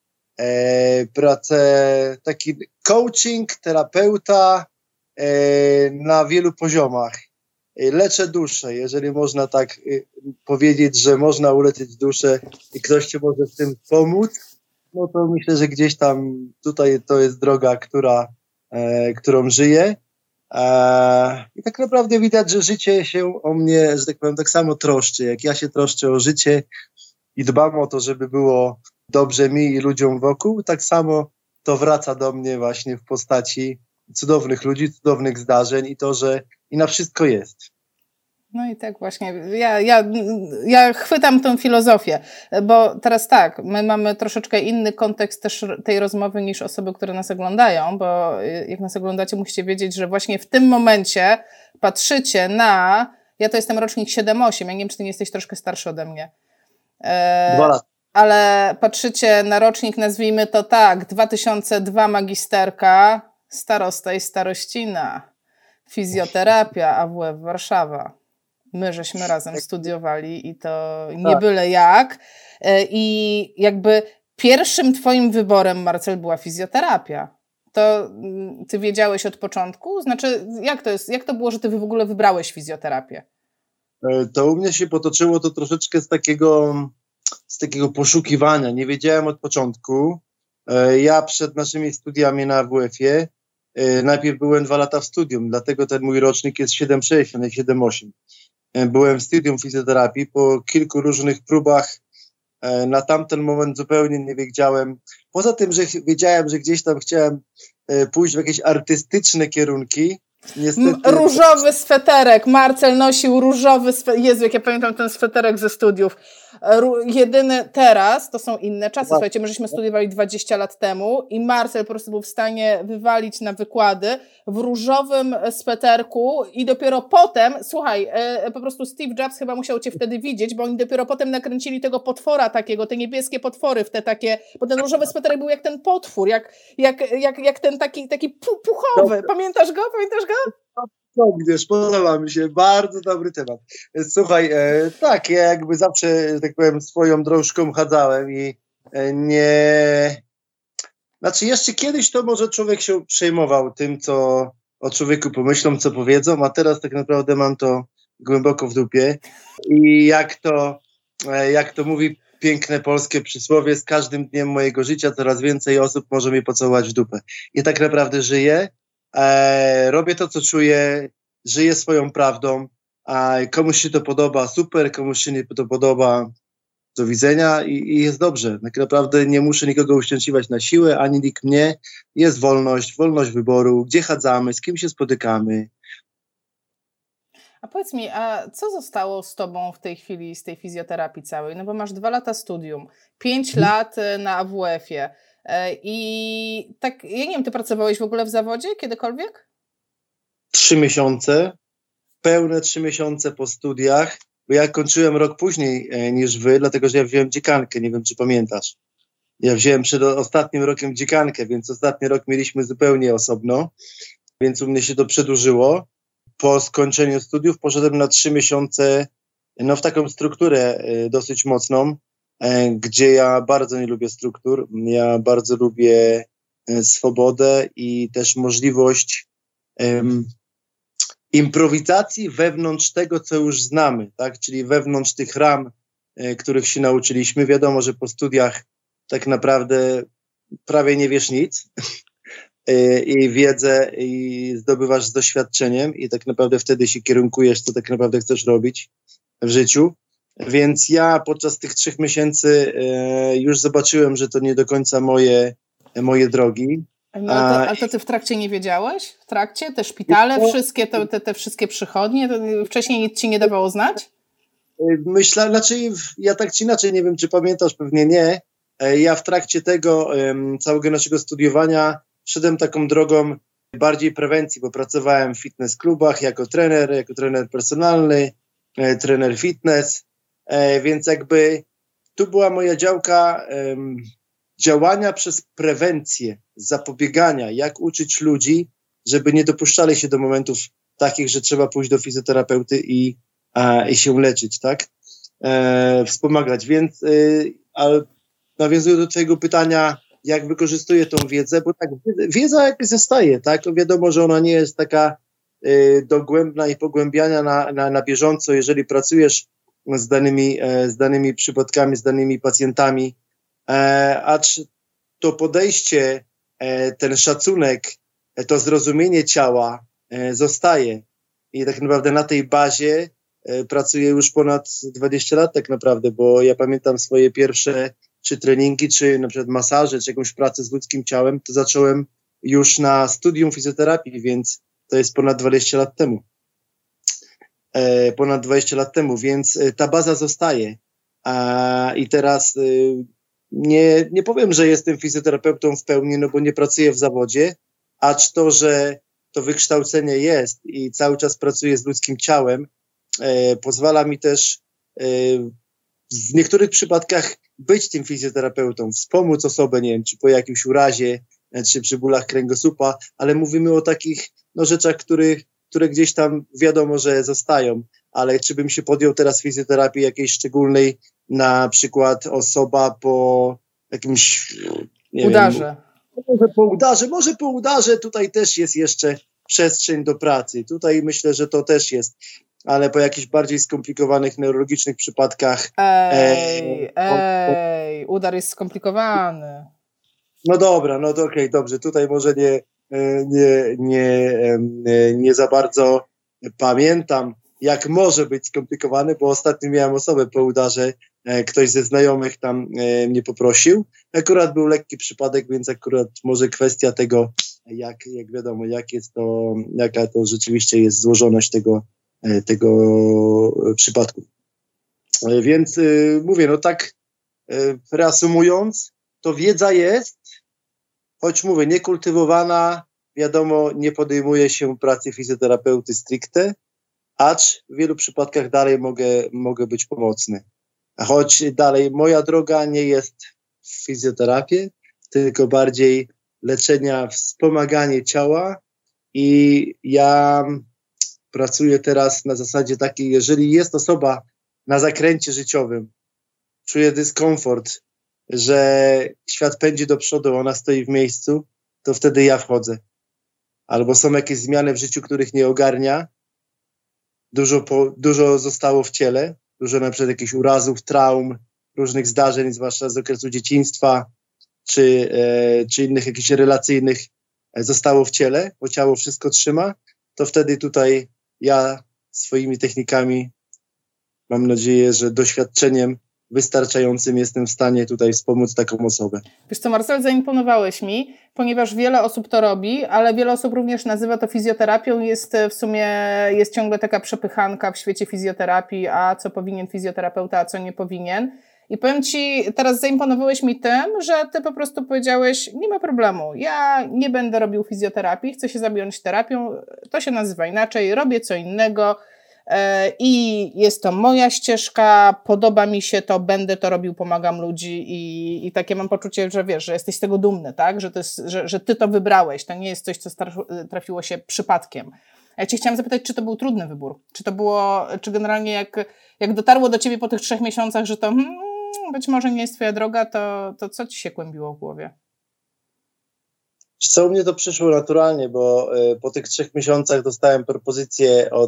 Speaker 3: E, pracę, taki coaching, terapeuta e, na wielu poziomach. E, leczę duszę, jeżeli można tak e, powiedzieć, że można uleczyć duszę i ktoś ci może w tym pomóc, no to myślę, że gdzieś tam tutaj to jest droga, która, e, którą żyję. E, I tak naprawdę widać, że życie się o mnie, że tak powiem, tak samo troszczy, jak ja się troszczę o życie i dbam o to, żeby było dobrze mi i ludziom wokół, tak samo to wraca do mnie właśnie w postaci cudownych ludzi, cudownych zdarzeń i to, że i na wszystko jest.
Speaker 1: No i tak właśnie, ja, ja, ja chwytam tę filozofię, bo teraz tak, my mamy troszeczkę inny kontekst też tej rozmowy niż osoby, które nas oglądają, bo jak nas oglądacie, musicie wiedzieć, że właśnie w tym momencie patrzycie na, ja to jestem rocznik siedem osiem, ja nie wiem, czy ty nie jesteś troszkę starszy ode mnie. E,
Speaker 3: Dwa lata.
Speaker 1: Ale patrzycie na rocznik, nazwijmy to tak, dwa tysiące dwa magisterka, starosta i starościna, fizjoterapia, A W F Warszawa. My żeśmy razem studiowali i to nie byle jak. I jakby pierwszym twoim wyborem, Marcel, była fizjoterapia. To ty wiedziałeś od początku? Znaczy, jak to jest, jak to było, że ty w ogóle wybrałeś fizjoterapię?
Speaker 3: To u mnie się potoczyło to troszeczkę z takiego, z takiego poszukiwania. Nie wiedziałem od początku. Ja przed naszymi studiami na A W F-ie najpierw byłem dwa lata w studium, dlatego ten mój rocznik jest siedem sześć, a nie siedem osiem. Byłem w studium fizjoterapii, po kilku różnych próbach na tamten moment zupełnie nie wiedziałem. Poza tym, że wiedziałem, że gdzieś tam chciałem pójść w jakieś artystyczne kierunki. Niestety...
Speaker 1: Różowy sweterek. Marcel nosił różowy sweterek. Jezu, jak ja pamiętam ten sweterek ze studiów. Jedyny teraz, to są inne czasy.
Speaker 3: Tak.
Speaker 1: Słuchajcie, my żeśmy studiowali dwadzieścia lat temu i Marcel po prostu był w stanie wywalić na wykłady w różowym sweterku i dopiero potem, słuchaj, po prostu Steve Jobs chyba musiał cię wtedy widzieć, bo oni dopiero potem nakręcili tego potwora takiego, te niebieskie potwory w te takie, bo ten różowy sweterek był jak ten potwór, jak, jak, jak, jak ten taki, taki pu- puchowy. Pamiętasz go? Pamiętasz go?
Speaker 3: No, wiesz, podoba mi się, bardzo dobry temat. Słuchaj, e, tak, ja jakby zawsze, że tak powiem, swoją drążką chadzałem i e, nie... Znaczy jeszcze kiedyś to może człowiek się przejmował tym, co o człowieku pomyślą, co powiedzą, a teraz tak naprawdę mam to głęboko w dupie i jak to, e, jak to mówi piękne polskie przysłowie, z każdym dniem mojego życia coraz więcej osób może mnie pocałować w dupę. I tak naprawdę żyję. E, robię to, co czuję, żyję swoją prawdą, a komuś się to podoba, super, komuś się nie to podoba, do widzenia i, i jest dobrze. Tak naprawdę nie muszę nikogo uszczęśliwać na siłę, ani nikt mnie. Jest wolność, wolność wyboru, gdzie chadzamy, z kim się spotykamy.
Speaker 1: A powiedz mi, a co zostało z tobą w tej chwili z tej fizjoterapii całej? No bo masz dwa lata studium, pięć hmm. lat na A W F-ie. I tak, ja nie wiem, ty pracowałeś w ogóle w zawodzie kiedykolwiek?
Speaker 3: Trzy miesiące, pełne trzy miesiące po studiach, bo ja kończyłem rok później niż wy, dlatego że ja wziąłem dziekankę, nie wiem, czy pamiętasz. Ja wziąłem przed ostatnim rokiem dziekankę, więc ostatni rok mieliśmy zupełnie osobno, więc u mnie się to przedłużyło. Po skończeniu studiów poszedłem na trzy miesiące no, w taką strukturę dosyć mocną, gdzie ja bardzo nie lubię struktur, ja bardzo lubię swobodę i też możliwość um, improwizacji wewnątrz tego, co już znamy, tak? Czyli wewnątrz tych ram, e, których się nauczyliśmy. Wiadomo, że po studiach tak naprawdę prawie nie wiesz nic e, i wiedzę i zdobywasz z doświadczeniem i tak naprawdę wtedy się kierunkujesz, co tak naprawdę chcesz robić w życiu. Więc ja podczas tych trzech miesięcy e, już zobaczyłem, że to nie do końca moje, moje drogi.
Speaker 1: No, ale, to, ale to ty w trakcie nie wiedziałeś? W trakcie? Te szpitale, to, wszystkie, te, te, te wszystkie przychodnie? To wcześniej nic ci nie dawało znać?
Speaker 3: Myślę, znaczy ja tak czy inaczej, nie wiem, czy pamiętasz, pewnie nie. Ja w trakcie tego um, całego naszego studiowania szedłem taką drogą bardziej prewencji, bo pracowałem w fitness klubach jako trener, jako trener personalny, e, trener fitness. E, więc jakby tu była moja działka, um, działania przez prewencję, zapobiegania, jak uczyć ludzi, żeby nie dopuszczali się do momentów takich, że trzeba pójść do fizjoterapeuty i, a, i się leczyć, tak? E, wspomagać. Więc e, ale nawiązuję do twojego pytania, jak wykorzystuję tą wiedzę, bo tak, wiedza jakby zostaje, tak? Wiadomo, że ona nie jest taka e, dogłębna i pogłębiana na, na, na bieżąco, jeżeli pracujesz z danymi, e, z danymi przypadkami, z danymi pacjentami, e, acz to podejście, e, ten szacunek, e, to zrozumienie ciała e, zostaje i tak naprawdę na tej bazie e, pracuję już ponad dwadzieścia lat tak naprawdę, bo ja pamiętam swoje pierwsze czy treningi, czy na przykład masaże, czy jakąś pracę z ludzkim ciałem, to zacząłem już na studium fizjoterapii, więc to jest ponad dwadzieścia lat temu. E, ponad dwadzieścia lat temu, więc e, ta baza zostaje. A, I teraz e, nie, nie powiem, że jestem fizjoterapeutą w pełni, no bo nie pracuję w zawodzie, acz to, że to wykształcenie jest i cały czas pracuję z ludzkim ciałem, e, pozwala mi też e, w niektórych przypadkach być tym fizjoterapeutą, wspomóc osobę, nie wiem, czy po jakimś urazie, czy przy bólach kręgosłupa, ale mówimy o takich no, rzeczach, których, które gdzieś tam wiadomo, że zostają, ale czy bym się podjął teraz fizjoterapii jakiejś szczególnej, na przykład osoba po jakimś nie
Speaker 1: udarze.
Speaker 3: Wiem, może po udarze, może po udarze tutaj też jest jeszcze przestrzeń do pracy. Tutaj myślę, że to też jest, ale po jakichś bardziej skomplikowanych neurologicznych przypadkach.
Speaker 1: Ej, e, ej, udar jest skomplikowany.
Speaker 3: No dobra, no to okej, okay, dobrze. Tutaj może nie, nie, nie, nie za bardzo pamiętam, jak może być skomplikowany, bo ostatnio miałem osobę po udarze, ktoś ze znajomych tam mnie poprosił. Akurat był lekki przypadek, więc akurat może kwestia tego, jak, jak wiadomo, jak jest to, jaka to rzeczywiście jest złożoność tego, tego przypadku. Więc y, mówię, no tak y, reasumując, to wiedza jest, choć mówię, niekultywowana, wiadomo, nie podejmuje się pracy fizjoterapeuty stricte, acz w wielu przypadkach dalej mogę, mogę być pomocny. A choć dalej moja droga nie jest w fizjoterapię, tylko bardziej leczenia, wspomaganie ciała i ja pracuję teraz na zasadzie takiej, jeżeli jest osoba na zakręcie życiowym, czuje dyskomfort, że świat pędzi do przodu, ona stoi w miejscu, to wtedy ja wchodzę. Albo są jakieś zmiany w życiu, których nie ogarnia, dużo, po, dużo zostało w ciele, dużo na przykład jakichś urazów, traum, różnych zdarzeń, zwłaszcza z okresu dzieciństwa, czy, e, czy innych jakichś relacyjnych zostało w ciele, bo ciało wszystko trzyma, to wtedy tutaj ja swoimi technikami, mam nadzieję, że doświadczeniem wystarczającym jestem w stanie tutaj wspomóc taką osobę.
Speaker 1: Wiesz co, Marcel, zaimponowałeś mi, ponieważ wiele osób to robi, ale wiele osób również nazywa to fizjoterapią. Jest w sumie, jest ciągle taka przepychanka w świecie fizjoterapii, a co powinien fizjoterapeuta, a co nie powinien. I powiem ci, teraz zaimponowałeś mi tym, że ty po prostu powiedziałeś, nie ma problemu, ja nie będę robił fizjoterapii, chcę się zająć terapią, to się nazywa inaczej, robię co innego i jest to moja ścieżka, podoba mi się to, będę to robił, pomagam ludzi i, i takie mam poczucie, że wiesz, że jesteś z tego dumny, tak, że, to jest, że, że ty to wybrałeś, to nie jest coś, co trafiło się przypadkiem. A ja cię chciałam zapytać, czy to był trudny wybór, czy to było, czy generalnie jak, jak dotarło do ciebie po tych trzech miesiącach, że to hmm, być może nie jest twoja droga, to, to co ci się kłębiło w głowie?
Speaker 3: Co u mnie to przyszło naturalnie, bo y, po tych trzech miesiącach dostałem propozycję od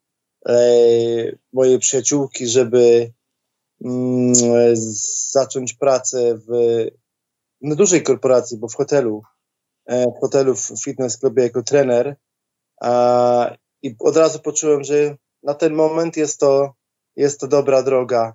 Speaker 3: y, mojej przyjaciółki, żeby y, zacząć pracę w no, dużej korporacji, bo w hotelu, y, w hotelu w fitness clubie jako trener y, i od razu poczułem, że na ten moment jest to, jest to dobra droga.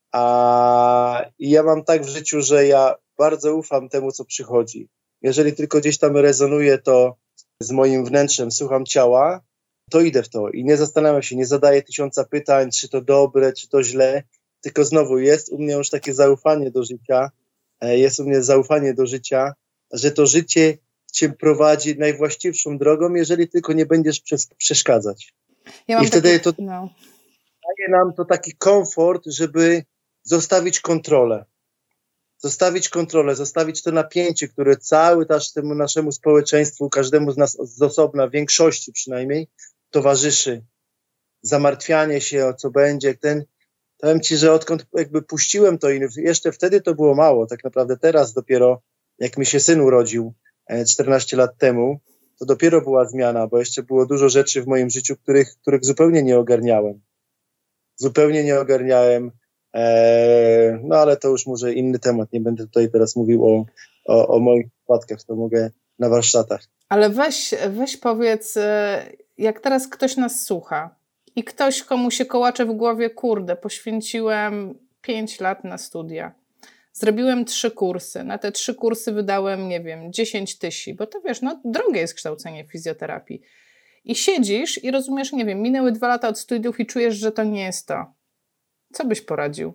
Speaker 3: A i ja mam tak w życiu, że ja bardzo ufam temu, co przychodzi. Jeżeli tylko gdzieś tam rezonuje to z moim wnętrzem, słucham ciała, to idę w to i nie zastanawiam się, nie zadaję tysiąca pytań, czy to dobre, czy to źle, tylko znowu jest u mnie już takie zaufanie do życia, jest u mnie zaufanie do życia, że to życie cię prowadzi najwłaściwszą drogą, jeżeli tylko nie będziesz przeszkadzać.
Speaker 1: Ja mam
Speaker 3: I wtedy
Speaker 1: taki,
Speaker 3: to
Speaker 1: no.
Speaker 3: daje nam to taki komfort, żeby zostawić kontrolę. zostawić kontrolę, zostawić to napięcie, które cały czas temu naszemu społeczeństwu, każdemu z nas z osobna, większości przynajmniej, towarzyszy. Zamartwianie się, o co będzie. Ten, powiem ci, że odkąd jakby puściłem to i jeszcze wtedy to było mało, tak naprawdę teraz dopiero, jak mi się syn urodził czternaście lat temu, to dopiero była zmiana, bo jeszcze było dużo rzeczy w moim życiu, których, których zupełnie nie ogarniałem. Zupełnie nie ogarniałem. Eee, no ale to już może inny temat. Nie będę tutaj teraz mówił o, o, o moich przypadkach, to mogę na warsztatach.
Speaker 1: Ale weź, weź powiedz, jak teraz ktoś nas słucha i ktoś, komu się kołacze w głowie, kurde, poświęciłem pięć lat na studia. Zrobiłem trzy kursy. Na te trzy kursy wydałem, nie wiem, dziesięć tysięcy, bo to wiesz, no drogie jest kształcenie w fizjoterapii. I siedzisz i rozumiesz, nie wiem, minęły dwa lata od studiów i czujesz, że to nie jest to. Co byś poradził?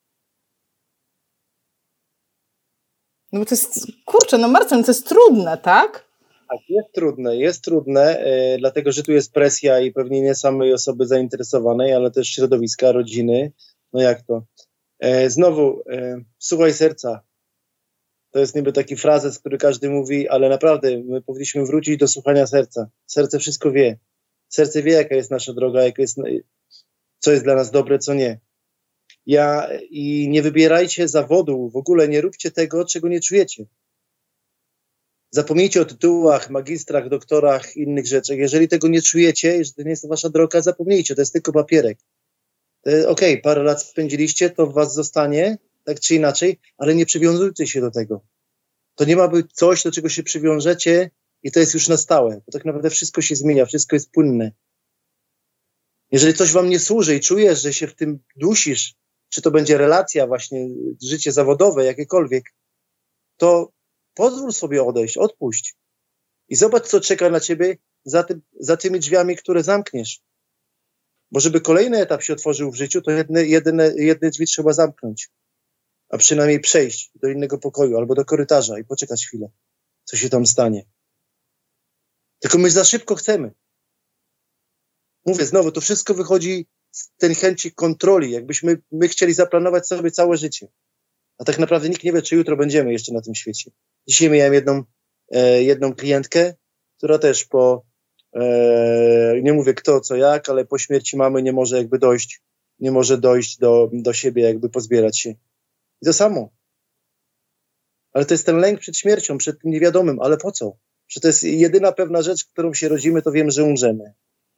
Speaker 1: No bo to jest, kurczę, no Marcin, to jest trudne, tak?
Speaker 3: Tak, jest trudne, jest trudne, yy, dlatego, że tu jest presja i pewnie nie samej osoby zainteresowanej, ale też środowiska, rodziny. No jak to? Yy, znowu, yy, słuchaj serca. To jest niby taki frazes, który każdy mówi, ale naprawdę my powinniśmy wrócić do słuchania serca. Serce wszystko wie. Serce wie, jaka jest nasza droga, jaka jest, co jest dla nas dobre, co nie. Ja i nie wybierajcie zawodu, w ogóle nie róbcie tego, czego nie czujecie. Zapomnijcie o tytułach, magistrach, doktorach, innych rzeczach. Jeżeli tego nie czujecie, jeżeli to nie jest wasza droga, zapomnijcie, to jest tylko papierek. Okej, okay, parę lat spędziliście, to w was zostanie, tak czy inaczej, ale nie przywiązujcie się do tego. To nie ma być coś, do czego się przywiążecie i to jest już na stałe, bo tak naprawdę wszystko się zmienia, wszystko jest płynne. Jeżeli coś wam nie służy i czujesz, że się w tym dusisz, czy to będzie relacja właśnie, życie zawodowe, jakiekolwiek, to pozwól sobie odejść, odpuść i zobacz, co czeka na ciebie za, tym, za tymi drzwiami, które zamkniesz. Bo żeby kolejny etap się otworzył w życiu, to jedne, jedne, jedne drzwi trzeba zamknąć, a przynajmniej przejść do innego pokoju albo do korytarza i poczekać chwilę, co się tam stanie. Tylko my za szybko chcemy. Mówię znowu, to wszystko wychodzi z tej chęci kontroli, jakbyśmy my chcieli zaplanować sobie całe życie. A tak naprawdę nikt nie wie, czy jutro będziemy jeszcze na tym świecie. Dzisiaj miałem jedną, e, jedną klientkę, która też po, e, nie mówię kto, co, jak, ale po śmierci mamy nie może jakby dojść, nie może dojść do, do siebie, jakby pozbierać się. I to samo. Ale to jest ten lęk przed śmiercią, przed tym niewiadomym, ale po co? Że to jest jedyna pewna rzecz, w którą się rodzimy, to wiem, że umrzemy.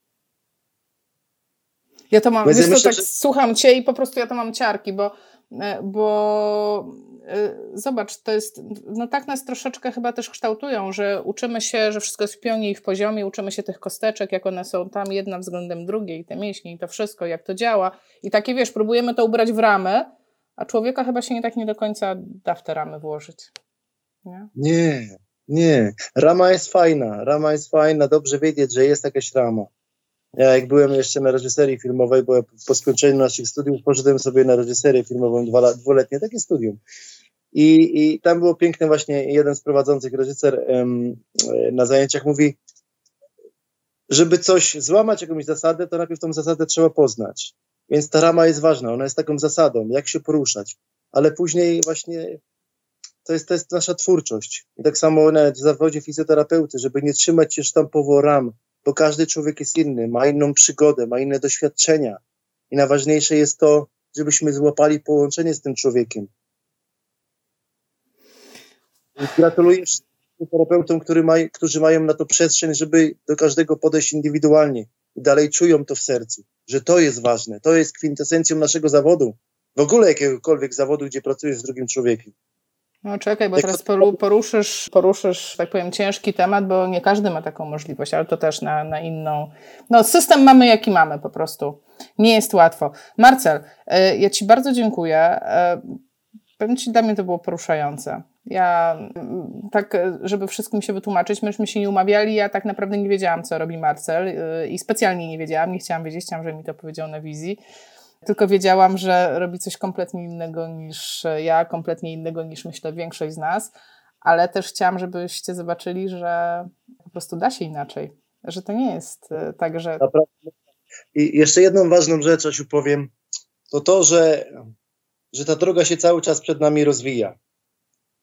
Speaker 1: Ja to mam,
Speaker 3: Więc
Speaker 1: wiesz,
Speaker 3: ja myślę,
Speaker 1: to tak
Speaker 3: że...
Speaker 1: słucham cię i po prostu ja to mam ciarki, bo, bo zobacz, to jest, no tak nas troszeczkę chyba też kształtują, że uczymy się, że wszystko jest w pionie i w poziomie, uczymy się tych kosteczek, jak one są tam jedna względem drugiej, te mięśnie i to wszystko, jak to działa i takie, wiesz, próbujemy to ubrać w ramy, a człowieka chyba się nie tak nie do końca da w te ramy włożyć. Nie?
Speaker 3: Nie, nie. Rama jest fajna, rama jest fajna, dobrze wiedzieć, że jest jakaś rama. Ja jak byłem jeszcze na reżyserii filmowej, bo ja po skończeniu naszych studiów poszedłem sobie na reżyserię filmową dwa, dwuletnie, takie studium. I, I tam było piękne właśnie, jeden z prowadzących reżyser em, na zajęciach mówi, żeby coś złamać, jakąś zasadę, to najpierw tą zasadę trzeba poznać. Więc ta rama jest ważna, ona jest taką zasadą, jak się poruszać. Ale później właśnie to jest, to jest nasza twórczość. I tak samo nawet w zawodzie fizjoterapeuty, żeby nie trzymać się sztampowo ram, bo każdy człowiek jest inny, ma inną przygodę, ma inne doświadczenia. I najważniejsze jest to, żebyśmy złapali połączenie z tym człowiekiem. I gratuluję terapeutom, który maj, którzy mają na to przestrzeń, żeby do każdego podejść indywidualnie. I dalej czują to w sercu, że to jest ważne, to jest kwintesencją naszego zawodu. W ogóle jakiegokolwiek zawodu, gdzie pracujesz z drugim człowiekiem.
Speaker 1: No czekaj, bo teraz poruszysz, poruszysz, tak powiem, ciężki temat, bo nie każdy ma taką możliwość, ale to też na, na inną... No system mamy jaki mamy po prostu. Nie jest łatwo. Marcel, ja ci bardzo dziękuję. Powiem ci, dla mnie to było poruszające. Ja tak, żeby wszystkim się wytłumaczyć, myśmy się nie umawiali, ja tak naprawdę nie wiedziałam, co robi Marcel i specjalnie nie wiedziałam, nie chciałam wiedzieć, chciałam, żeby mi to powiedział na wizji. Tylko wiedziałam, że robi coś kompletnie innego niż ja, kompletnie innego niż myślę większość z nas, ale też chciałam, żebyście zobaczyli, że po prostu da się inaczej, że to nie jest tak, że...
Speaker 3: Naprawdę. I jeszcze jedną ważną rzecz, Asiu, powiem, to to, że, że ta droga się cały czas przed nami rozwija.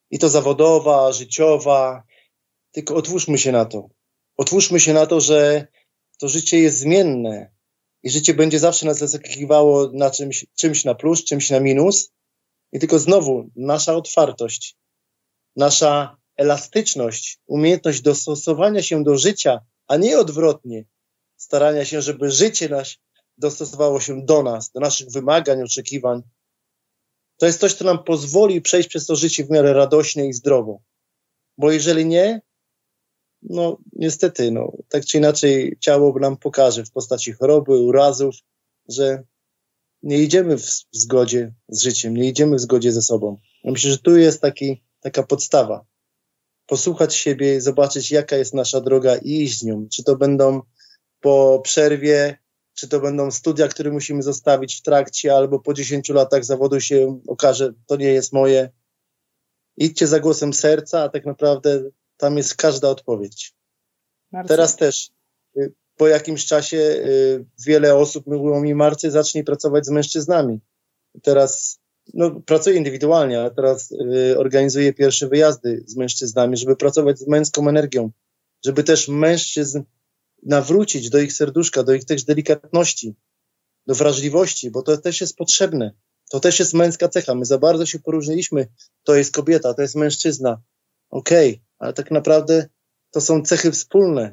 Speaker 3: I to zawodowa, życiowa, tylko otwórzmy się na to. Otwórzmy się na to, że to życie jest zmienne i życie będzie zawsze nas zaskakiwało na czymś, czymś na plus, czymś na minus. I tylko znowu nasza otwartość, nasza elastyczność, umiejętność dostosowania się do życia, a nie odwrotnie, starania się, żeby życie nas dostosowało się do nas, do naszych wymagań, oczekiwań. To jest coś, co nam pozwoli przejść przez to życie w miarę radośnie i zdrowo. Bo jeżeli nie, no niestety, no, tak czy inaczej ciało nam pokaże w postaci choroby, urazów, że nie idziemy w, w zgodzie z życiem, nie idziemy w zgodzie ze sobą. Ja myślę, że tu jest taki, taka podstawa. Posłuchać siebie i zobaczyć, jaka jest nasza droga i iść z nią. Czy to będą po przerwie, czy to będą studia, które musimy zostawić w trakcie, albo po dziesięciu latach zawodu się okaże, to nie jest moje. Idźcie za głosem serca, a tak naprawdę tam jest każda odpowiedź. Marcy. Teraz też po jakimś czasie wiele osób mówiło mi: Marcy, zacznij pracować z mężczyznami. Teraz no, pracuję indywidualnie, ale teraz organizuję pierwsze wyjazdy z mężczyznami, żeby pracować z męską energią, żeby też mężczyzn nawrócić do ich serduszka, do ich też delikatności, do wrażliwości, bo to też jest potrzebne. To też jest męska cecha. My za bardzo się poróżniliśmy. To jest kobieta, to jest mężczyzna. Okej, okay, ale tak naprawdę to są cechy wspólne.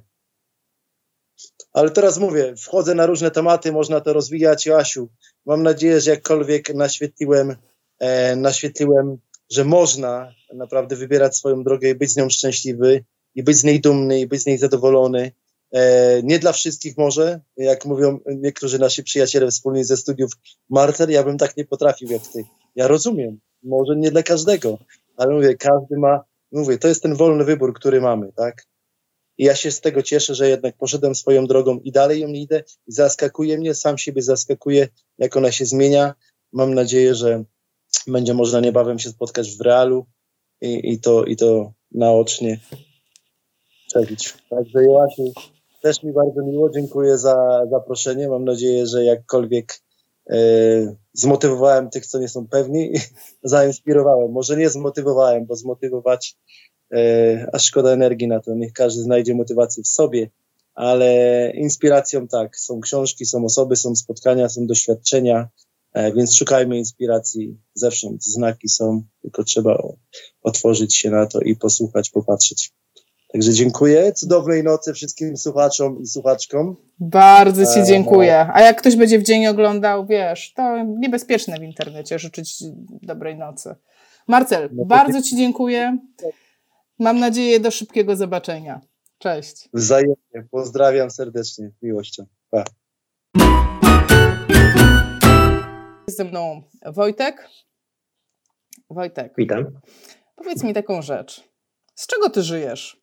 Speaker 3: Ale teraz mówię, wchodzę na różne tematy, można to rozwijać. Joasiu, mam nadzieję, że jakkolwiek naświetliłem, e, naświetliłem, że można naprawdę wybierać swoją drogę i być z nią szczęśliwy, i być z niej dumny, i być z niej zadowolony. E, nie dla wszystkich może, jak mówią niektórzy nasi przyjaciele wspólni ze studiów. Marcel, ja bym tak nie potrafił jak ty. Ja rozumiem, może nie dla każdego, ale mówię, każdy ma, mówię, to jest ten wolny wybór, który mamy, tak? I ja się z tego cieszę, że jednak poszedłem swoją drogą i dalej ją idę i zaskakuje mnie, sam siebie zaskakuje, jak ona się zmienia. Mam nadzieję, że będzie można niebawem się spotkać w realu i, i, to, i to naocznie przeżyć. Także Joasiu, też mi bardzo miło, dziękuję za zaproszenie. Mam nadzieję, że jakkolwiek e, zmotywowałem tych, co nie są pewni, zainspirowałem. Może nie zmotywowałem, bo zmotywować e, aż szkoda energii na to. Niech każdy znajdzie motywację w sobie, ale inspiracją tak, są książki, są osoby, są spotkania, są doświadczenia, e, więc szukajmy inspiracji zewsząd. Znaki są, tylko trzeba otworzyć się na to i posłuchać, popatrzeć. Także dziękuję. Cudownej nocy wszystkim słuchaczom i słuchaczkom.
Speaker 1: Bardzo Ci dziękuję. A jak ktoś będzie w dzień oglądał, wiesz, to niebezpieczne w internecie życzyć dobrej nocy. Marcel, no bardzo Ci dziękuję. Mam nadzieję do szybkiego zobaczenia. Cześć.
Speaker 3: Wzajemnie. Pozdrawiam serdecznie. Miłością. Pa.
Speaker 1: Jest ze mną Wojtek. Wojtek.
Speaker 4: Witam.
Speaker 1: Powiedz mi taką rzecz. Z czego Ty żyjesz?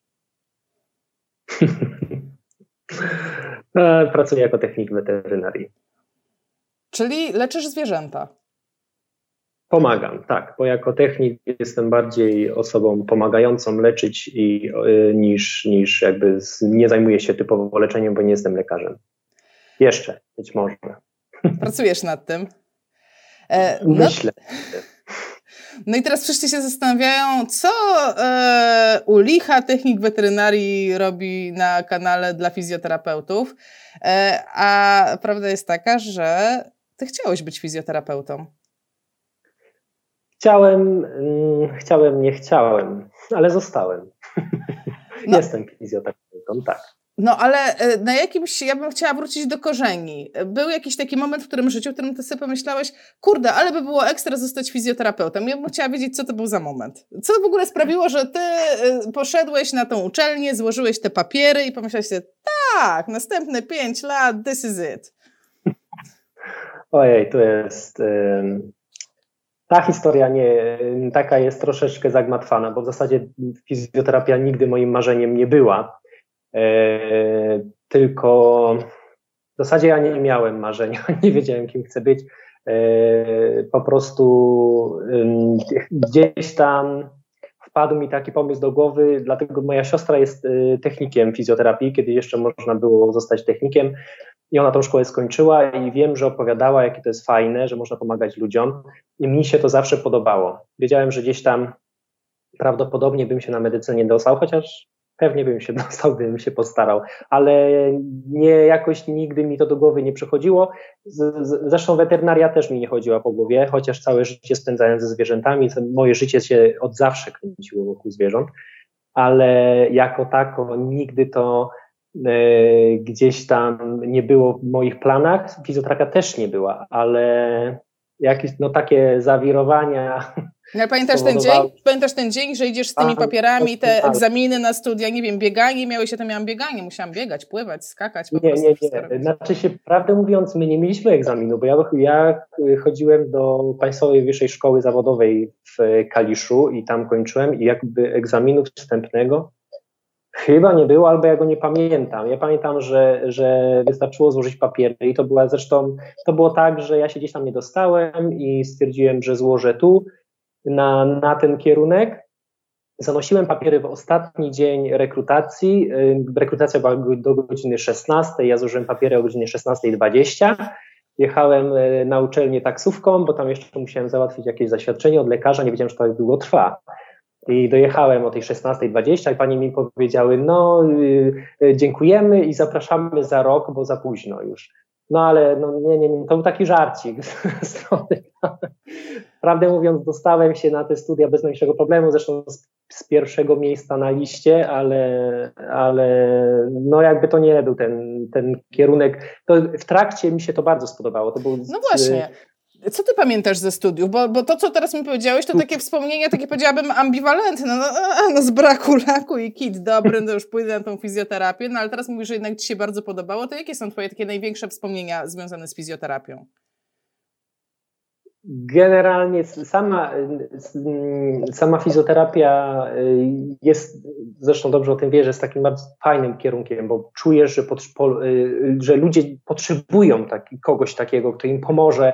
Speaker 4: Pracuję jako technik weterynarii.
Speaker 1: Czyli leczysz zwierzęta?
Speaker 4: Pomagam, tak, bo jako technik jestem bardziej osobą pomagającą leczyć i, y, niż, niż jakby z, nie zajmuję się typowo leczeniem, bo nie jestem lekarzem. Jeszcze, być może.
Speaker 1: Pracujesz nad tym? E,
Speaker 4: Myślę.
Speaker 1: No... No i teraz wszyscy się zastanawiają, co e, u licha technik weterynarii robi na kanale dla fizjoterapeutów, e, a prawda jest taka, że ty chciałeś być fizjoterapeutą.
Speaker 4: Chciałem, mm, chciałem, nie chciałem, ale zostałem. No. Jestem fizjoterapeutą, tak.
Speaker 1: No ale na jakimś, ja bym chciała wrócić do korzeni. Był jakiś taki moment w którym życiu, w którym ty sobie pomyślałeś, kurde, ale by było ekstra zostać fizjoterapeutą. Ja bym chciała wiedzieć, co to był za moment. Co to w ogóle sprawiło, że ty poszedłeś na tą uczelnię, złożyłeś te papiery i pomyślałeś sobie, tak, następne pięć lat, this is it.
Speaker 4: Ojej, to jest... Y- ta historia nie, taka jest troszeczkę zagmatwana, bo w zasadzie fizjoterapia nigdy moim marzeniem nie była. E, tylko w zasadzie ja nie miałem marzenia, nie wiedziałem, kim chcę być. E, po prostu e, gdzieś tam wpadł mi taki pomysł do głowy, dlatego moja siostra jest e, technikiem fizjoterapii, kiedy jeszcze można było zostać technikiem i ona tą szkołę skończyła i wiem, że opowiadała, jakie to jest fajne, że można pomagać ludziom i mi się to zawsze podobało. Wiedziałem, że gdzieś tam prawdopodobnie bym się na medycynę nie dostał, chociaż pewnie bym się dostał, gdybym się postarał, ale nie, jakoś nigdy mi to do głowy nie przychodziło. Z, z, zresztą weterynaria też mi nie chodziła po głowie, chociaż całe życie spędzałem ze zwierzętami, moje życie się od zawsze kręciło wokół zwierząt, ale jako tako nigdy to e, gdzieś tam nie było w moich planach. Fizjoterapia też nie była, ale jakieś no takie zawirowania.
Speaker 1: No, pamiętasz ten dzień? Pamiętasz ten dzień, że idziesz z tymi papierami, te egzaminy na studia, nie wiem, bieganie, miałeś, ja to miałam bieganie, musiałam biegać, pływać, skakać. Po
Speaker 4: nie,
Speaker 1: prostu
Speaker 4: nie, nie. Znaczy się, prawdę mówiąc, my nie mieliśmy egzaminu, bo ja, ja chodziłem do Państwowej Wyższej Szkoły Zawodowej w Kaliszu i tam kończyłem i jakby egzaminu wstępnego chyba nie było, albo ja go nie pamiętam. Ja pamiętam, że, że wystarczyło złożyć papiery i to była zresztą, to było tak, że ja się gdzieś tam nie dostałem i stwierdziłem, że złożę tu na, na ten kierunek. Zanosiłem papiery w ostatni dzień rekrutacji. Rekrutacja była do godziny szesnastej, ja złożyłem papiery o godzinie szesnastej dwadzieścia. Jechałem na uczelnię taksówką, bo tam jeszcze musiałem załatwić jakieś zaświadczenie od lekarza, nie wiedziałem, że to tak długo trwa. I dojechałem o tej szesnastej dwadzieścia i pani mi powiedziały, no yy, dziękujemy i zapraszamy za rok, bo za późno już. No ale no, nie, nie, nie, to był taki żarcik. Prawdę mówiąc, dostałem się na te studia bez najmniejszego problemu, zresztą z, z pierwszego miejsca na liście, ale, ale no jakby to nie był ten, ten kierunek. To w trakcie mi się to bardzo spodobało. To był
Speaker 1: no właśnie. Co ty pamiętasz ze studiów? Bo, bo to, co teraz mi powiedziałeś, to takie wspomnienia, takie powiedziałabym ambiwalentne. No, no, no z braku laku i kit dobry, to już pójdę na tą fizjoterapię. No ale teraz mówisz, że jednak ci się bardzo podobało. To jakie są twoje takie największe wspomnienia związane z fizjoterapią?
Speaker 4: Generalnie sama, sama fizjoterapia jest, zresztą dobrze o tym wiesz, jest takim bardzo fajnym kierunkiem, bo czujesz, że, pod, że ludzie potrzebują taki, kogoś takiego, kto im pomoże.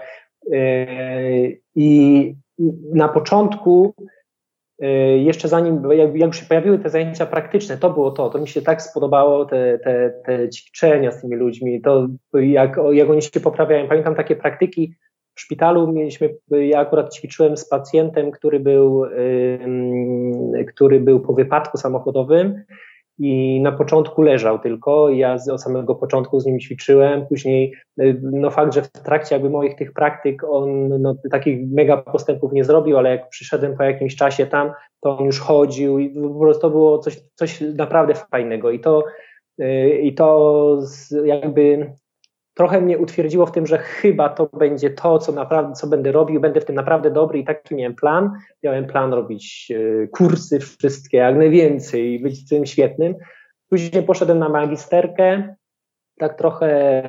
Speaker 4: I na początku, jeszcze zanim, jak, jak już się pojawiły te zajęcia praktyczne, to było to, to mi się tak spodobało, te, te, te ćwiczenia z tymi ludźmi, to jak, jak oni się poprawiają. Pamiętam takie praktyki w szpitalu, mieliśmy, ja akurat ćwiczyłem z pacjentem, który był, yy, który był po wypadku samochodowym i na początku leżał tylko, ja od samego początku z nim ćwiczyłem, później no fakt, że w trakcie jakby moich tych praktyk on no, takich mega postępów nie zrobił, ale jak przyszedłem po jakimś czasie tam, to on już chodził i po prostu to było coś, coś naprawdę fajnego i to, yy, i to jakby trochę mnie utwierdziło w tym, że chyba to będzie to, co naprawdę, co będę robił, będę w tym naprawdę dobry i taki miałem plan. Miałem plan robić kursy wszystkie, jak najwięcej i być tym świetnym. Później poszedłem na magisterkę, tak trochę,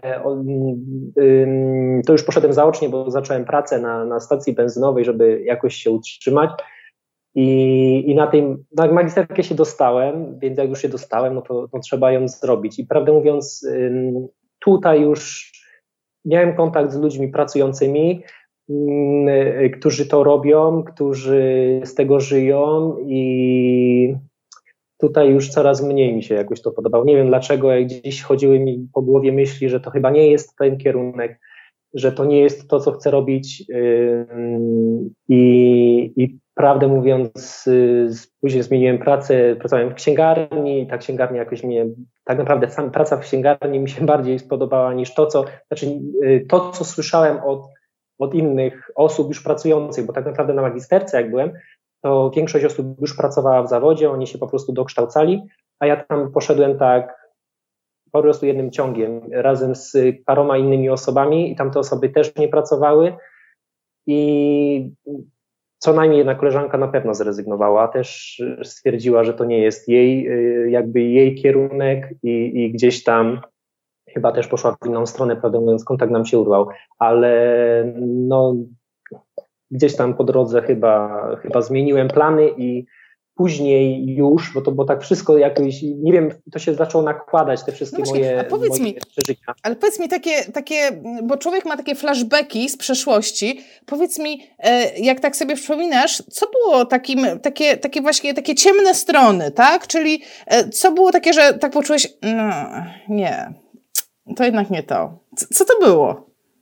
Speaker 4: to już poszedłem zaocznie, bo zacząłem pracę na, na stacji benzynowej, żeby jakoś się utrzymać. I, i na tej na magisterkę się dostałem, więc jak już się dostałem, no to no trzeba ją zrobić. I prawdę mówiąc, tutaj już miałem kontakt z ludźmi pracującymi, yy, którzy to robią, którzy z tego żyją i tutaj już coraz mniej mi się jakoś to podobało. Nie wiem dlaczego, jak gdzieś chodziły mi po głowie myśli, że to chyba nie jest ten kierunek, że to nie jest to, co chcę robić yy, i, i prawdę mówiąc, yy, później zmieniłem pracę, pracowałem w księgarni i ta księgarnia jakoś mnie, tak naprawdę sam praca w księgarni mi się bardziej spodobała niż to, co, znaczy yy, to, co słyszałem od, od innych osób już pracujących, bo tak naprawdę na magisterce jak byłem, to większość osób już pracowała w zawodzie, oni się po prostu dokształcali, a ja tam poszedłem tak po prostu jednym ciągiem, razem z paroma innymi osobami i tamte osoby też nie pracowały i co najmniej jedna koleżanka na pewno zrezygnowała, też stwierdziła, że to nie jest jej, jakby jej kierunek i, i gdzieś tam chyba też poszła w inną stronę, prawdę mówiąc, kontakt nam się urwał, ale no gdzieś tam po drodze chyba, chyba zmieniłem plany i później już, bo to było tak wszystko jakoś, nie wiem, to się zaczęło nakładać, te wszystkie no właśnie, moje,
Speaker 1: a powiedz
Speaker 4: moje
Speaker 1: mi,
Speaker 4: przeżycia.
Speaker 1: Ale powiedz mi takie, takie, bo człowiek ma takie flashbacki z przeszłości, powiedz mi, jak tak sobie przypominasz, co było takim, takie, takie właśnie takie ciemne strony, tak? Czyli co było takie, że tak poczułeś, no nie, to jednak nie to. Co, co to było?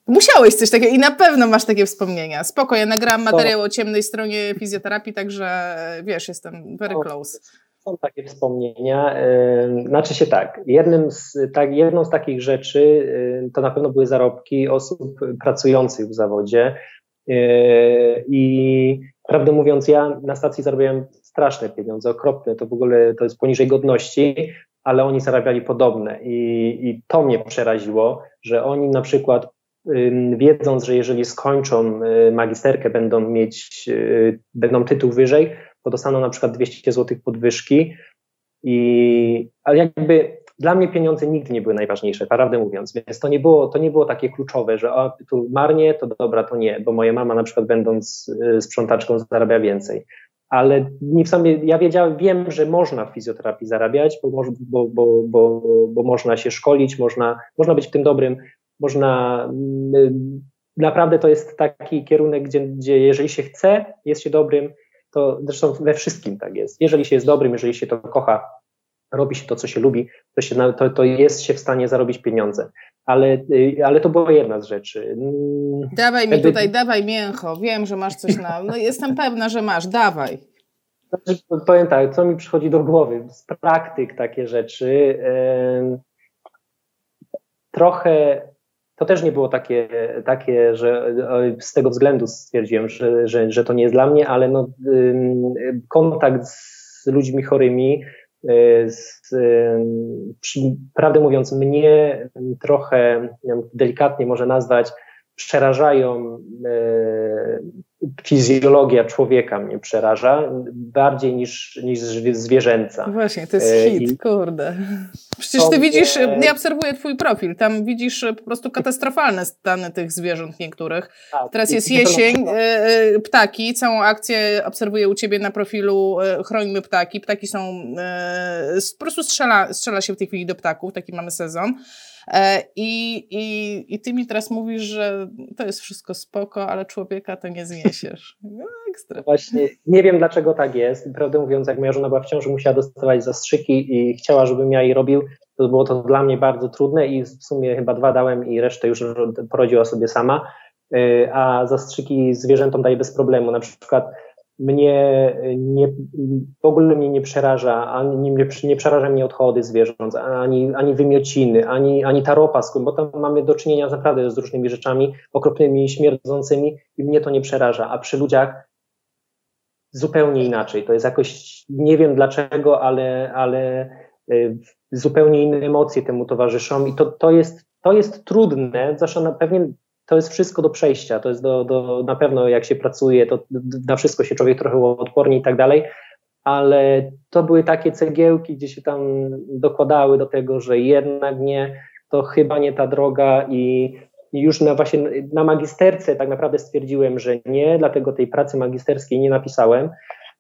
Speaker 1: Musiałeś coś takiego i na pewno masz takie wspomnienia. Spoko, ja nagrałam materiał o ciemnej stronie fizjoterapii, także wiesz, jestem very close.
Speaker 4: Są takie wspomnienia. Znaczy się tak, jednym z, tak, jedną z takich rzeczy to na pewno były zarobki osób pracujących w zawodzie i prawdę mówiąc, ja na stacji zarabiałem straszne pieniądze, okropne, to w ogóle to jest poniżej godności, ale oni zarabiali podobne i, i to mnie przeraziło, że oni na przykład wiedząc, że jeżeli skończą magisterkę, będą mieć, będą tytuł wyżej, to dostaną na przykład dwieście złotych podwyżki. I, ale jakby dla mnie pieniądze nigdy nie były najważniejsze, prawdę mówiąc, więc to nie było, to nie było takie kluczowe, że o, tu marnie, to dobra, to nie, bo moja mama na przykład będąc sprzątaczką zarabia więcej. Ale nie w sobie, ja wiedziałem, wiem, że można w fizjoterapii zarabiać, bo, bo, bo, bo, bo można się szkolić, można, można być w tym dobrym, można, naprawdę to jest taki kierunek, gdzie, gdzie jeżeli się chce, jest się dobrym, to zresztą we wszystkim tak jest. Jeżeli się jest dobrym, jeżeli się to kocha, robi się to, co się lubi, to, się, to, to jest się w stanie zarobić pieniądze. Ale, ale to była jedna z rzeczy.
Speaker 1: Dawaj mi Jakby... tutaj, dawaj mięcho, wiem, że masz coś na... No jestem pewna, że masz, dawaj.
Speaker 4: Znaczy, powiem tak, co mi przychodzi do głowy, z praktyk takie rzeczy, yy, trochę... To też nie było takie, takie, że z tego względu stwierdziłem, że, że, że to nie jest dla mnie, ale no, kontakt z ludźmi chorymi, z, prawdę mówiąc, mnie trochę delikatnie może nazwać, przerażają, fizjologia człowieka mnie przeraża bardziej niż, niż zwierzęca.
Speaker 1: Właśnie, to jest hit, I, kurde. Przecież ty widzisz, ja obserwuję twój profil, tam widzisz po prostu katastrofalne stany tych zwierząt niektórych. Tak, Teraz jest jesień, ptaki, całą akcję obserwuję u ciebie na profilu Chrońmy Ptaki. Ptaki są, po prostu strzela, strzela się w tej chwili do ptaków, taki mamy sezon. I, i, I ty mi teraz mówisz, że to jest wszystko spoko, ale człowieka to nie zniesiesz. No, ekstra.
Speaker 4: Właśnie nie wiem, dlaczego tak jest. Prawdę mówiąc, jak moja żona była w ciąży, musiała dostawać zastrzyki i chciała, żebym ja jej robił, to było to dla mnie bardzo trudne i w sumie chyba dwa dałem i resztę już porodziła sobie sama, a zastrzyki zwierzętom daje bez problemu. Na przykład mnie nie, w ogóle mnie nie przeraża, ani nie, nie przeraża mnie odchody zwierząt, ani, ani wymiociny, ani, ani ta ropa, bo tam mamy do czynienia naprawdę z różnymi rzeczami okropnymi, śmierdzącymi i mnie to nie przeraża, a przy ludziach zupełnie inaczej. To jest jakoś, nie wiem dlaczego, ale, ale zupełnie inne emocje temu towarzyszą i to, to, jest, to jest trudne, zresztą na pewnie to jest wszystko do przejścia, to jest do, do, na pewno jak się pracuje, to na wszystko się człowiek trochę odpornie i tak dalej, ale to były takie cegiełki, gdzie się tam dokładały do tego, że jednak nie, to chyba nie ta droga i, i już na właśnie na magisterce tak naprawdę stwierdziłem, że nie, dlatego tej pracy magisterskiej nie napisałem.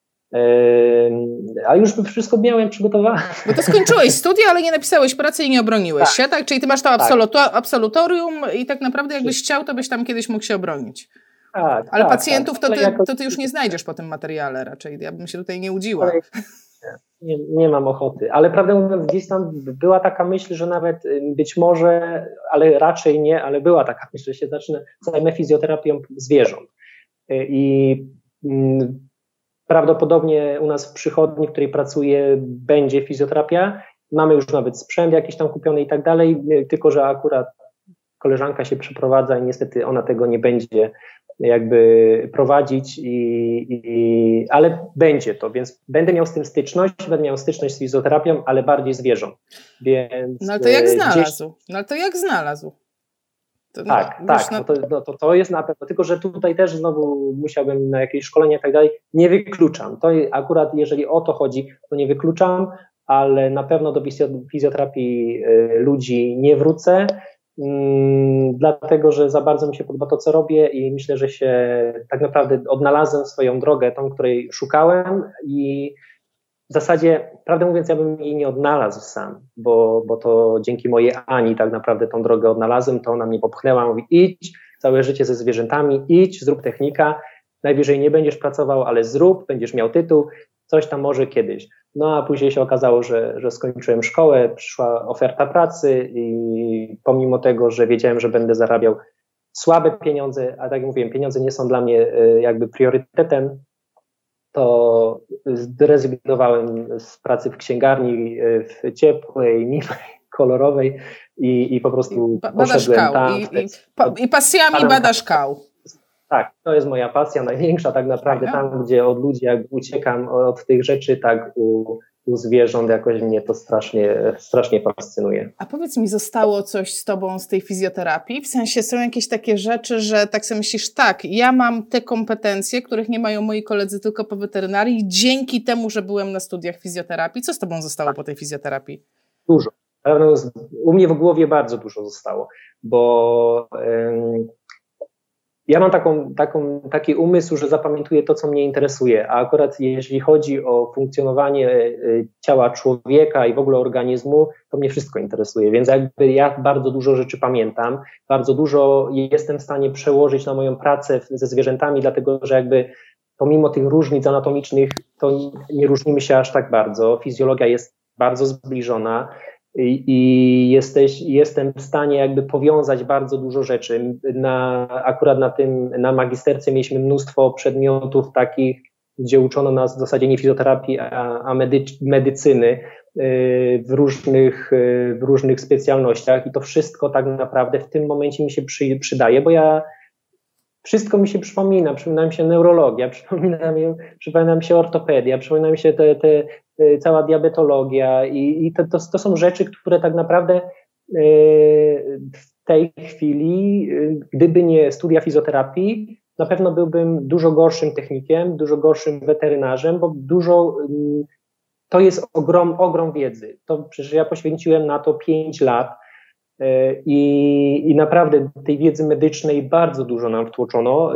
Speaker 4: Yy, a już wszystko miałem przygotowane.
Speaker 1: Bo to skończyłeś studia, ale nie napisałeś pracy i nie obroniłeś tak. się, tak? Czyli ty masz to absoluto- absolutorium i tak naprawdę jakbyś chciał, to byś tam kiedyś mógł się obronić.
Speaker 4: Tak,
Speaker 1: ale
Speaker 4: tak,
Speaker 1: pacjentów
Speaker 4: tak.
Speaker 1: To, ty, jako... to ty już nie znajdziesz po tym materiale raczej. Ja bym się tutaj nie łudziła.
Speaker 4: Nie, nie mam ochoty, ale prawdę mówiąc, gdzieś tam była taka myśl, że nawet być może, ale raczej nie, ale była taka myśl, że się zacznę, zajmę fizjoterapią zwierząt. I mm, prawdopodobnie u nas w przychodni, w której pracuję, będzie fizjoterapia. Mamy już nawet sprzęt jakiś tam kupiony i tak dalej, tylko że akurat koleżanka się przeprowadza i niestety ona tego nie będzie jakby prowadzić, i, i, ale będzie to, więc będę miał z tym styczność, będę miał styczność z fizjoterapią, ale bardziej zwierząt. Więc
Speaker 1: no ale to jak znalazł, gdzieś... no ale to jak znalazł.
Speaker 4: To, tak, no, tak, na... no to, no to, to jest na pewno, tylko że tutaj też znowu musiałbym na jakieś szkolenie i tak dalej, nie wykluczam, to akurat jeżeli o to chodzi, to nie wykluczam, ale na pewno do fizjoterapii ludzi nie wrócę, mm, dlatego, że za bardzo mi się podoba to, co robię i myślę, że się tak naprawdę odnalazłem swoją drogę, tą, której szukałem i w zasadzie, prawdę mówiąc, ja bym jej nie odnalazł sam, bo, bo to dzięki mojej Ani tak naprawdę tą drogę odnalazłem, to ona mnie popchnęła, mówi idź, całe życie ze zwierzętami, idź, zrób technika, najwyżej nie będziesz pracował, ale zrób, będziesz miał tytuł, coś tam może kiedyś. No a później się okazało, że, że skończyłem szkołę, przyszła oferta pracy i pomimo tego, że wiedziałem, że będę zarabiał słabe pieniądze, a tak jak mówiłem, pieniądze nie są dla mnie jakby priorytetem, to zrezygnowałem z pracy w księgarni, w ciepłej, miłej, kolorowej i, i po prostu
Speaker 1: I
Speaker 4: poszedłem tam.
Speaker 1: I, i, pa, I pasjami badasz kał.
Speaker 4: Tak, to jest moja pasja największa tak naprawdę, tam gdzie od ludzi jak uciekam od tych rzeczy, tak u, u zwierząt jakoś mnie to strasznie, strasznie fascynuje.
Speaker 1: A powiedz mi, zostało coś z tobą z tej fizjoterapii? W sensie są jakieś takie rzeczy, że tak sobie myślisz, tak, ja mam te kompetencje, których nie mają moi koledzy tylko po weterynarii, dzięki temu, że byłem na studiach fizjoterapii. Co z tobą zostało po tej fizjoterapii?
Speaker 4: Dużo. U mnie w głowie bardzo dużo zostało, bo ym, ja mam taką, taką, taki umysł, że zapamiętuję to, co mnie interesuje, a akurat jeśli chodzi o funkcjonowanie ciała człowieka i w ogóle organizmu, to mnie wszystko interesuje, więc jakby ja bardzo dużo rzeczy pamiętam, bardzo dużo jestem w stanie przełożyć na moją pracę ze zwierzętami, dlatego że jakby pomimo tych różnic anatomicznych, to nie różnimy się aż tak bardzo, fizjologia jest bardzo zbliżona, I, i jesteś, jestem w stanie jakby powiązać bardzo dużo rzeczy. Na, akurat na tym, na magisterce mieliśmy mnóstwo przedmiotów takich, gdzie uczono nas w zasadzie nie fizjoterapii, a, a medy, medycyny w różnych, w różnych specjalnościach i to wszystko tak naprawdę w tym momencie mi się przy, przydaje, bo ja wszystko mi się przypomina, przypomina mi się neurologia, przypomina mi, przypomina mi się ortopedia, przypomina mi się te, te, te cała diabetologia i, i to, to, to są rzeczy, które tak naprawdę w tej chwili, gdyby nie studia fizjoterapii, na pewno byłbym dużo gorszym technikiem, dużo gorszym weterynarzem, bo dużo, to jest ogrom, ogrom wiedzy. To przecież ja poświęciłem na to pięć lat, I, i naprawdę tej wiedzy medycznej bardzo dużo nam wtłoczono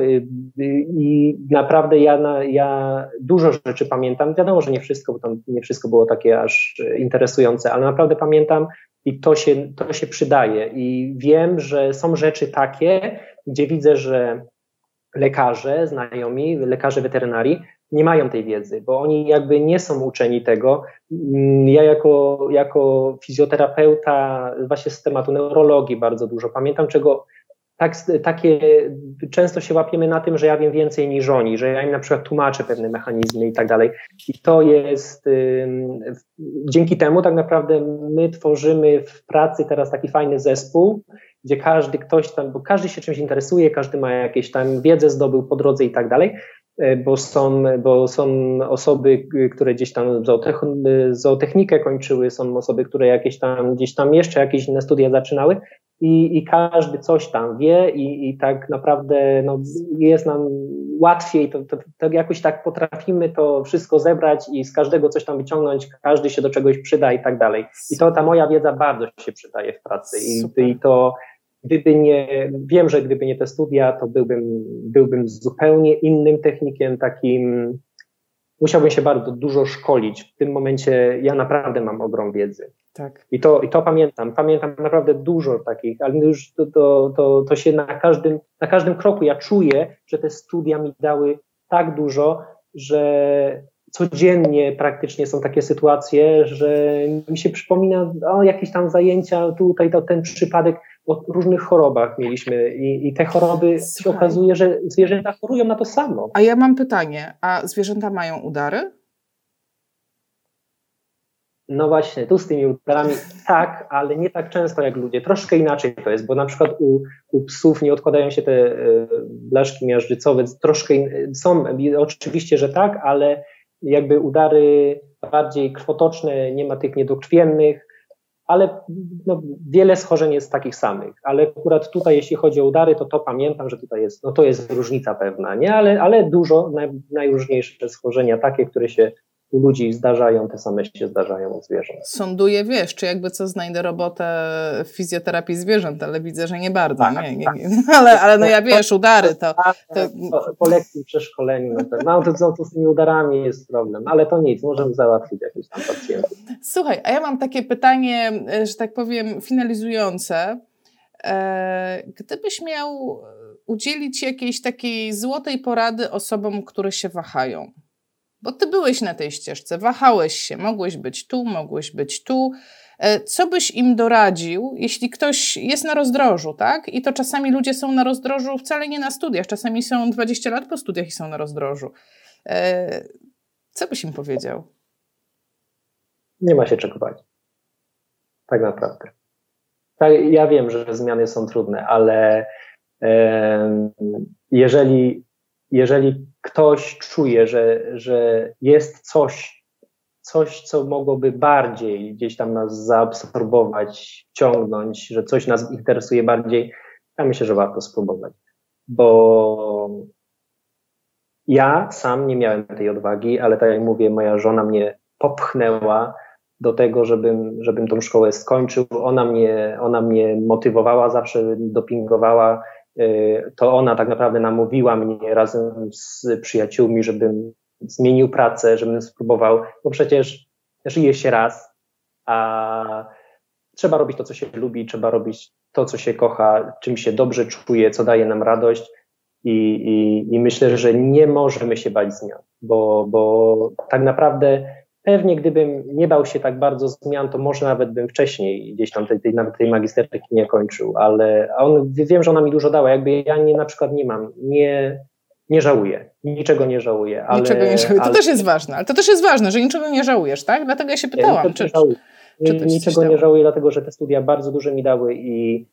Speaker 4: i naprawdę ja, ja dużo rzeczy pamiętam, wiadomo, że nie wszystko, bo tam nie wszystko było takie aż interesujące, ale naprawdę pamiętam i to się, to się przydaje i wiem, że są rzeczy takie, gdzie widzę, że lekarze, znajomi, lekarze weterynarii nie mają tej wiedzy, bo oni jakby nie są uczeni tego. Ja jako, jako fizjoterapeuta właśnie z tematu neurologii bardzo dużo pamiętam, czego tak, takie często się łapiemy na tym, że ja wiem więcej niż oni, że ja im na przykład tłumaczę pewne mechanizmy i tak dalej. I to jest, dzięki temu tak naprawdę my tworzymy w pracy teraz taki fajny zespół, gdzie każdy ktoś tam, bo każdy się czymś interesuje, każdy ma jakieś tam wiedzę zdobył po drodze i tak dalej, bo są, bo są osoby, które gdzieś tam zootechnikę kończyły, są osoby, które jakieś tam gdzieś tam jeszcze jakieś inne studia zaczynały i, i każdy coś tam wie i, i tak naprawdę no, jest nam łatwiej, to, to, to jakoś tak potrafimy to wszystko zebrać i z każdego coś tam wyciągnąć, każdy się do czegoś przyda i tak dalej. I to ta moja wiedza bardzo się przydaje w pracy i, i to gdyby nie, wiem, że gdyby nie te studia, to byłbym, byłbym zupełnie innym technikiem, takim, musiałbym się bardzo dużo szkolić. W tym momencie ja naprawdę mam ogrom wiedzy.
Speaker 1: Tak.
Speaker 4: I to, i to pamiętam. Pamiętam naprawdę dużo takich, ale już to, to, to, to się na każdym, na każdym kroku ja czuję, że te studia mi dały tak dużo, że codziennie praktycznie są takie sytuacje, że mi się przypomina o jakieś tam zajęcia, tutaj to ten przypadek, o różnych chorobach mieliśmy i, i te choroby Słuchaj. się okazuje, że zwierzęta chorują na to samo.
Speaker 1: A ja mam pytanie, a zwierzęta mają udary?
Speaker 4: No właśnie, tu z tymi udarami tak, ale nie tak często jak ludzie. Troszkę inaczej to jest, bo na przykład u, u psów nie odkładają się te y, blaszki miażdżycowe. Troszkę in, są, oczywiście, że tak, ale jakby udary bardziej krwotoczne, nie ma tych niedokrwiennych, ale no, wiele schorzeń jest takich samych, ale akurat tutaj jeśli chodzi o udary, to to pamiętam, że tutaj jest, no to jest różnica pewna, nie, ale, ale dużo, naj, najróżniejsze schorzenia takie, które się u ludzi zdarzają, te same się zdarzają u zwierząt.
Speaker 1: Sąduję, wiesz, czy jakby co znajdę robotę w fizjoterapii zwierząt, ale widzę, że nie bardzo, tak, nie, nie, nie. Ale, ale no ja wiesz, udary to...
Speaker 4: to... Po, po lekkim przeszkoleniu, no to, no to, to z tymi udarami jest problem, ale to nic, możemy załatwić jakiś tam pacjentów.
Speaker 1: Słuchaj, a ja mam takie pytanie, że tak powiem, finalizujące. Gdybyś miał udzielić jakiejś takiej złotej porady osobom, które się wahają, bo ty byłeś na tej ścieżce, wahałeś się, mogłeś być tu, mogłeś być tu. Co byś im doradził, jeśli ktoś jest na rozdrożu, tak? I to czasami ludzie są na rozdrożu wcale nie na studiach, czasami są dwadzieścia lat po studiach i są na rozdrożu. Co byś im powiedział?
Speaker 4: Nie ma się czego bać. Tak naprawdę. Tak, ja wiem, że zmiany są trudne, ale e, jeżeli, jeżeli ktoś czuje, że, że jest coś, coś, co mogłoby bardziej gdzieś tam nas zaabsorbować, ciągnąć, że coś nas interesuje bardziej, ja myślę, że warto spróbować. Bo ja sam nie miałem tej odwagi, ale tak jak mówię, moja żona mnie popchnęła do tego, żebym, żebym tą szkołę skończył. Ona mnie, ona mnie motywowała, zawsze dopingowała. To ona tak naprawdę namówiła mnie razem z przyjaciółmi, żebym zmienił pracę, żebym spróbował, bo przecież żyje się raz, a trzeba robić to, co się lubi, trzeba robić to, co się kocha, czym się dobrze czuje, co daje nam radość. I, i, i myślę, że nie możemy się bać zmian, bo, bo tak naprawdę pewnie gdybym nie bał się tak bardzo zmian, to może nawet bym wcześniej gdzieś tam tej, tej, nawet tej magisterki nie kończył, ale on, wiem, że ona mi dużo dała, jakby ja nie, na przykład nie mam, nie, nie żałuję, niczego nie żałuję. Ale,
Speaker 1: niczego nie żałuję, to
Speaker 4: ale,
Speaker 1: też jest ważne, ale to też jest ważne, że niczego nie żałujesz, tak? Dlatego ja się pytałam,
Speaker 4: nie,
Speaker 1: czy,
Speaker 4: żałuję.
Speaker 1: czy to
Speaker 4: Niczego nie żałuję, dlatego że te studia bardzo dużo mi dały i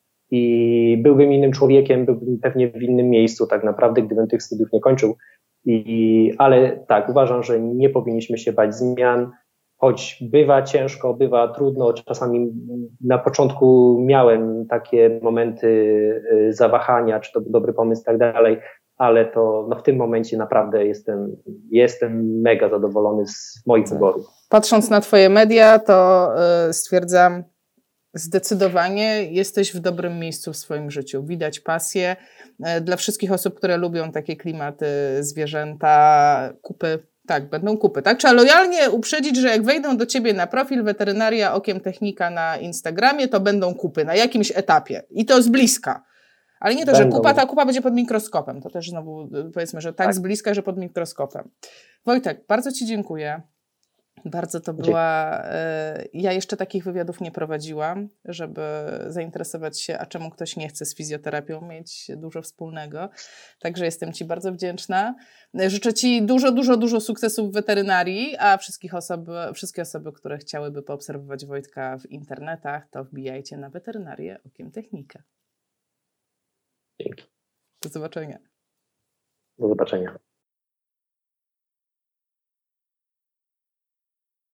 Speaker 4: I byłbym innym człowiekiem, byłbym pewnie w innym miejscu tak naprawdę, gdybym tych studiów nie kończył. I, ale tak, uważam, że nie powinniśmy się bać zmian, choć bywa ciężko, bywa trudno. Czasami na początku miałem takie momenty zawahania, czy to był dobry pomysł i tak dalej, ale to no w tym momencie naprawdę jestem, jestem mega zadowolony z moich wyborów.
Speaker 1: Patrząc na twoje media, to yy, stwierdzam, zdecydowanie jesteś w dobrym miejscu w swoim życiu. Widać pasję. Dla wszystkich osób, które lubią takie klimaty, zwierzęta, kupy, tak, będą kupy, tak? Trzeba lojalnie uprzedzić, że jak wejdą do ciebie na profil Weterynaria Okiem Technika na Instagramie, to będą kupy na jakimś etapie. I to z bliska. Ale nie to, że kupa, ta kupa będzie pod mikroskopem. To też znowu powiedzmy, że tak, tak z bliska, że pod mikroskopem. Wojtek, bardzo ci dziękuję. Bardzo to była... Ja jeszcze takich wywiadów nie prowadziłam, żeby zainteresować się, a czemu ktoś nie chce z fizjoterapią mieć dużo wspólnego. Także jestem ci bardzo wdzięczna. Życzę ci dużo, dużo, dużo sukcesów w weterynarii, a wszystkich osoby, wszystkie osoby, które chciałyby poobserwować Wojtka w internetach, to wbijajcie na Weterynarię Okiem Technika.
Speaker 4: Dzięki.
Speaker 1: Do zobaczenia.
Speaker 4: Do zobaczenia.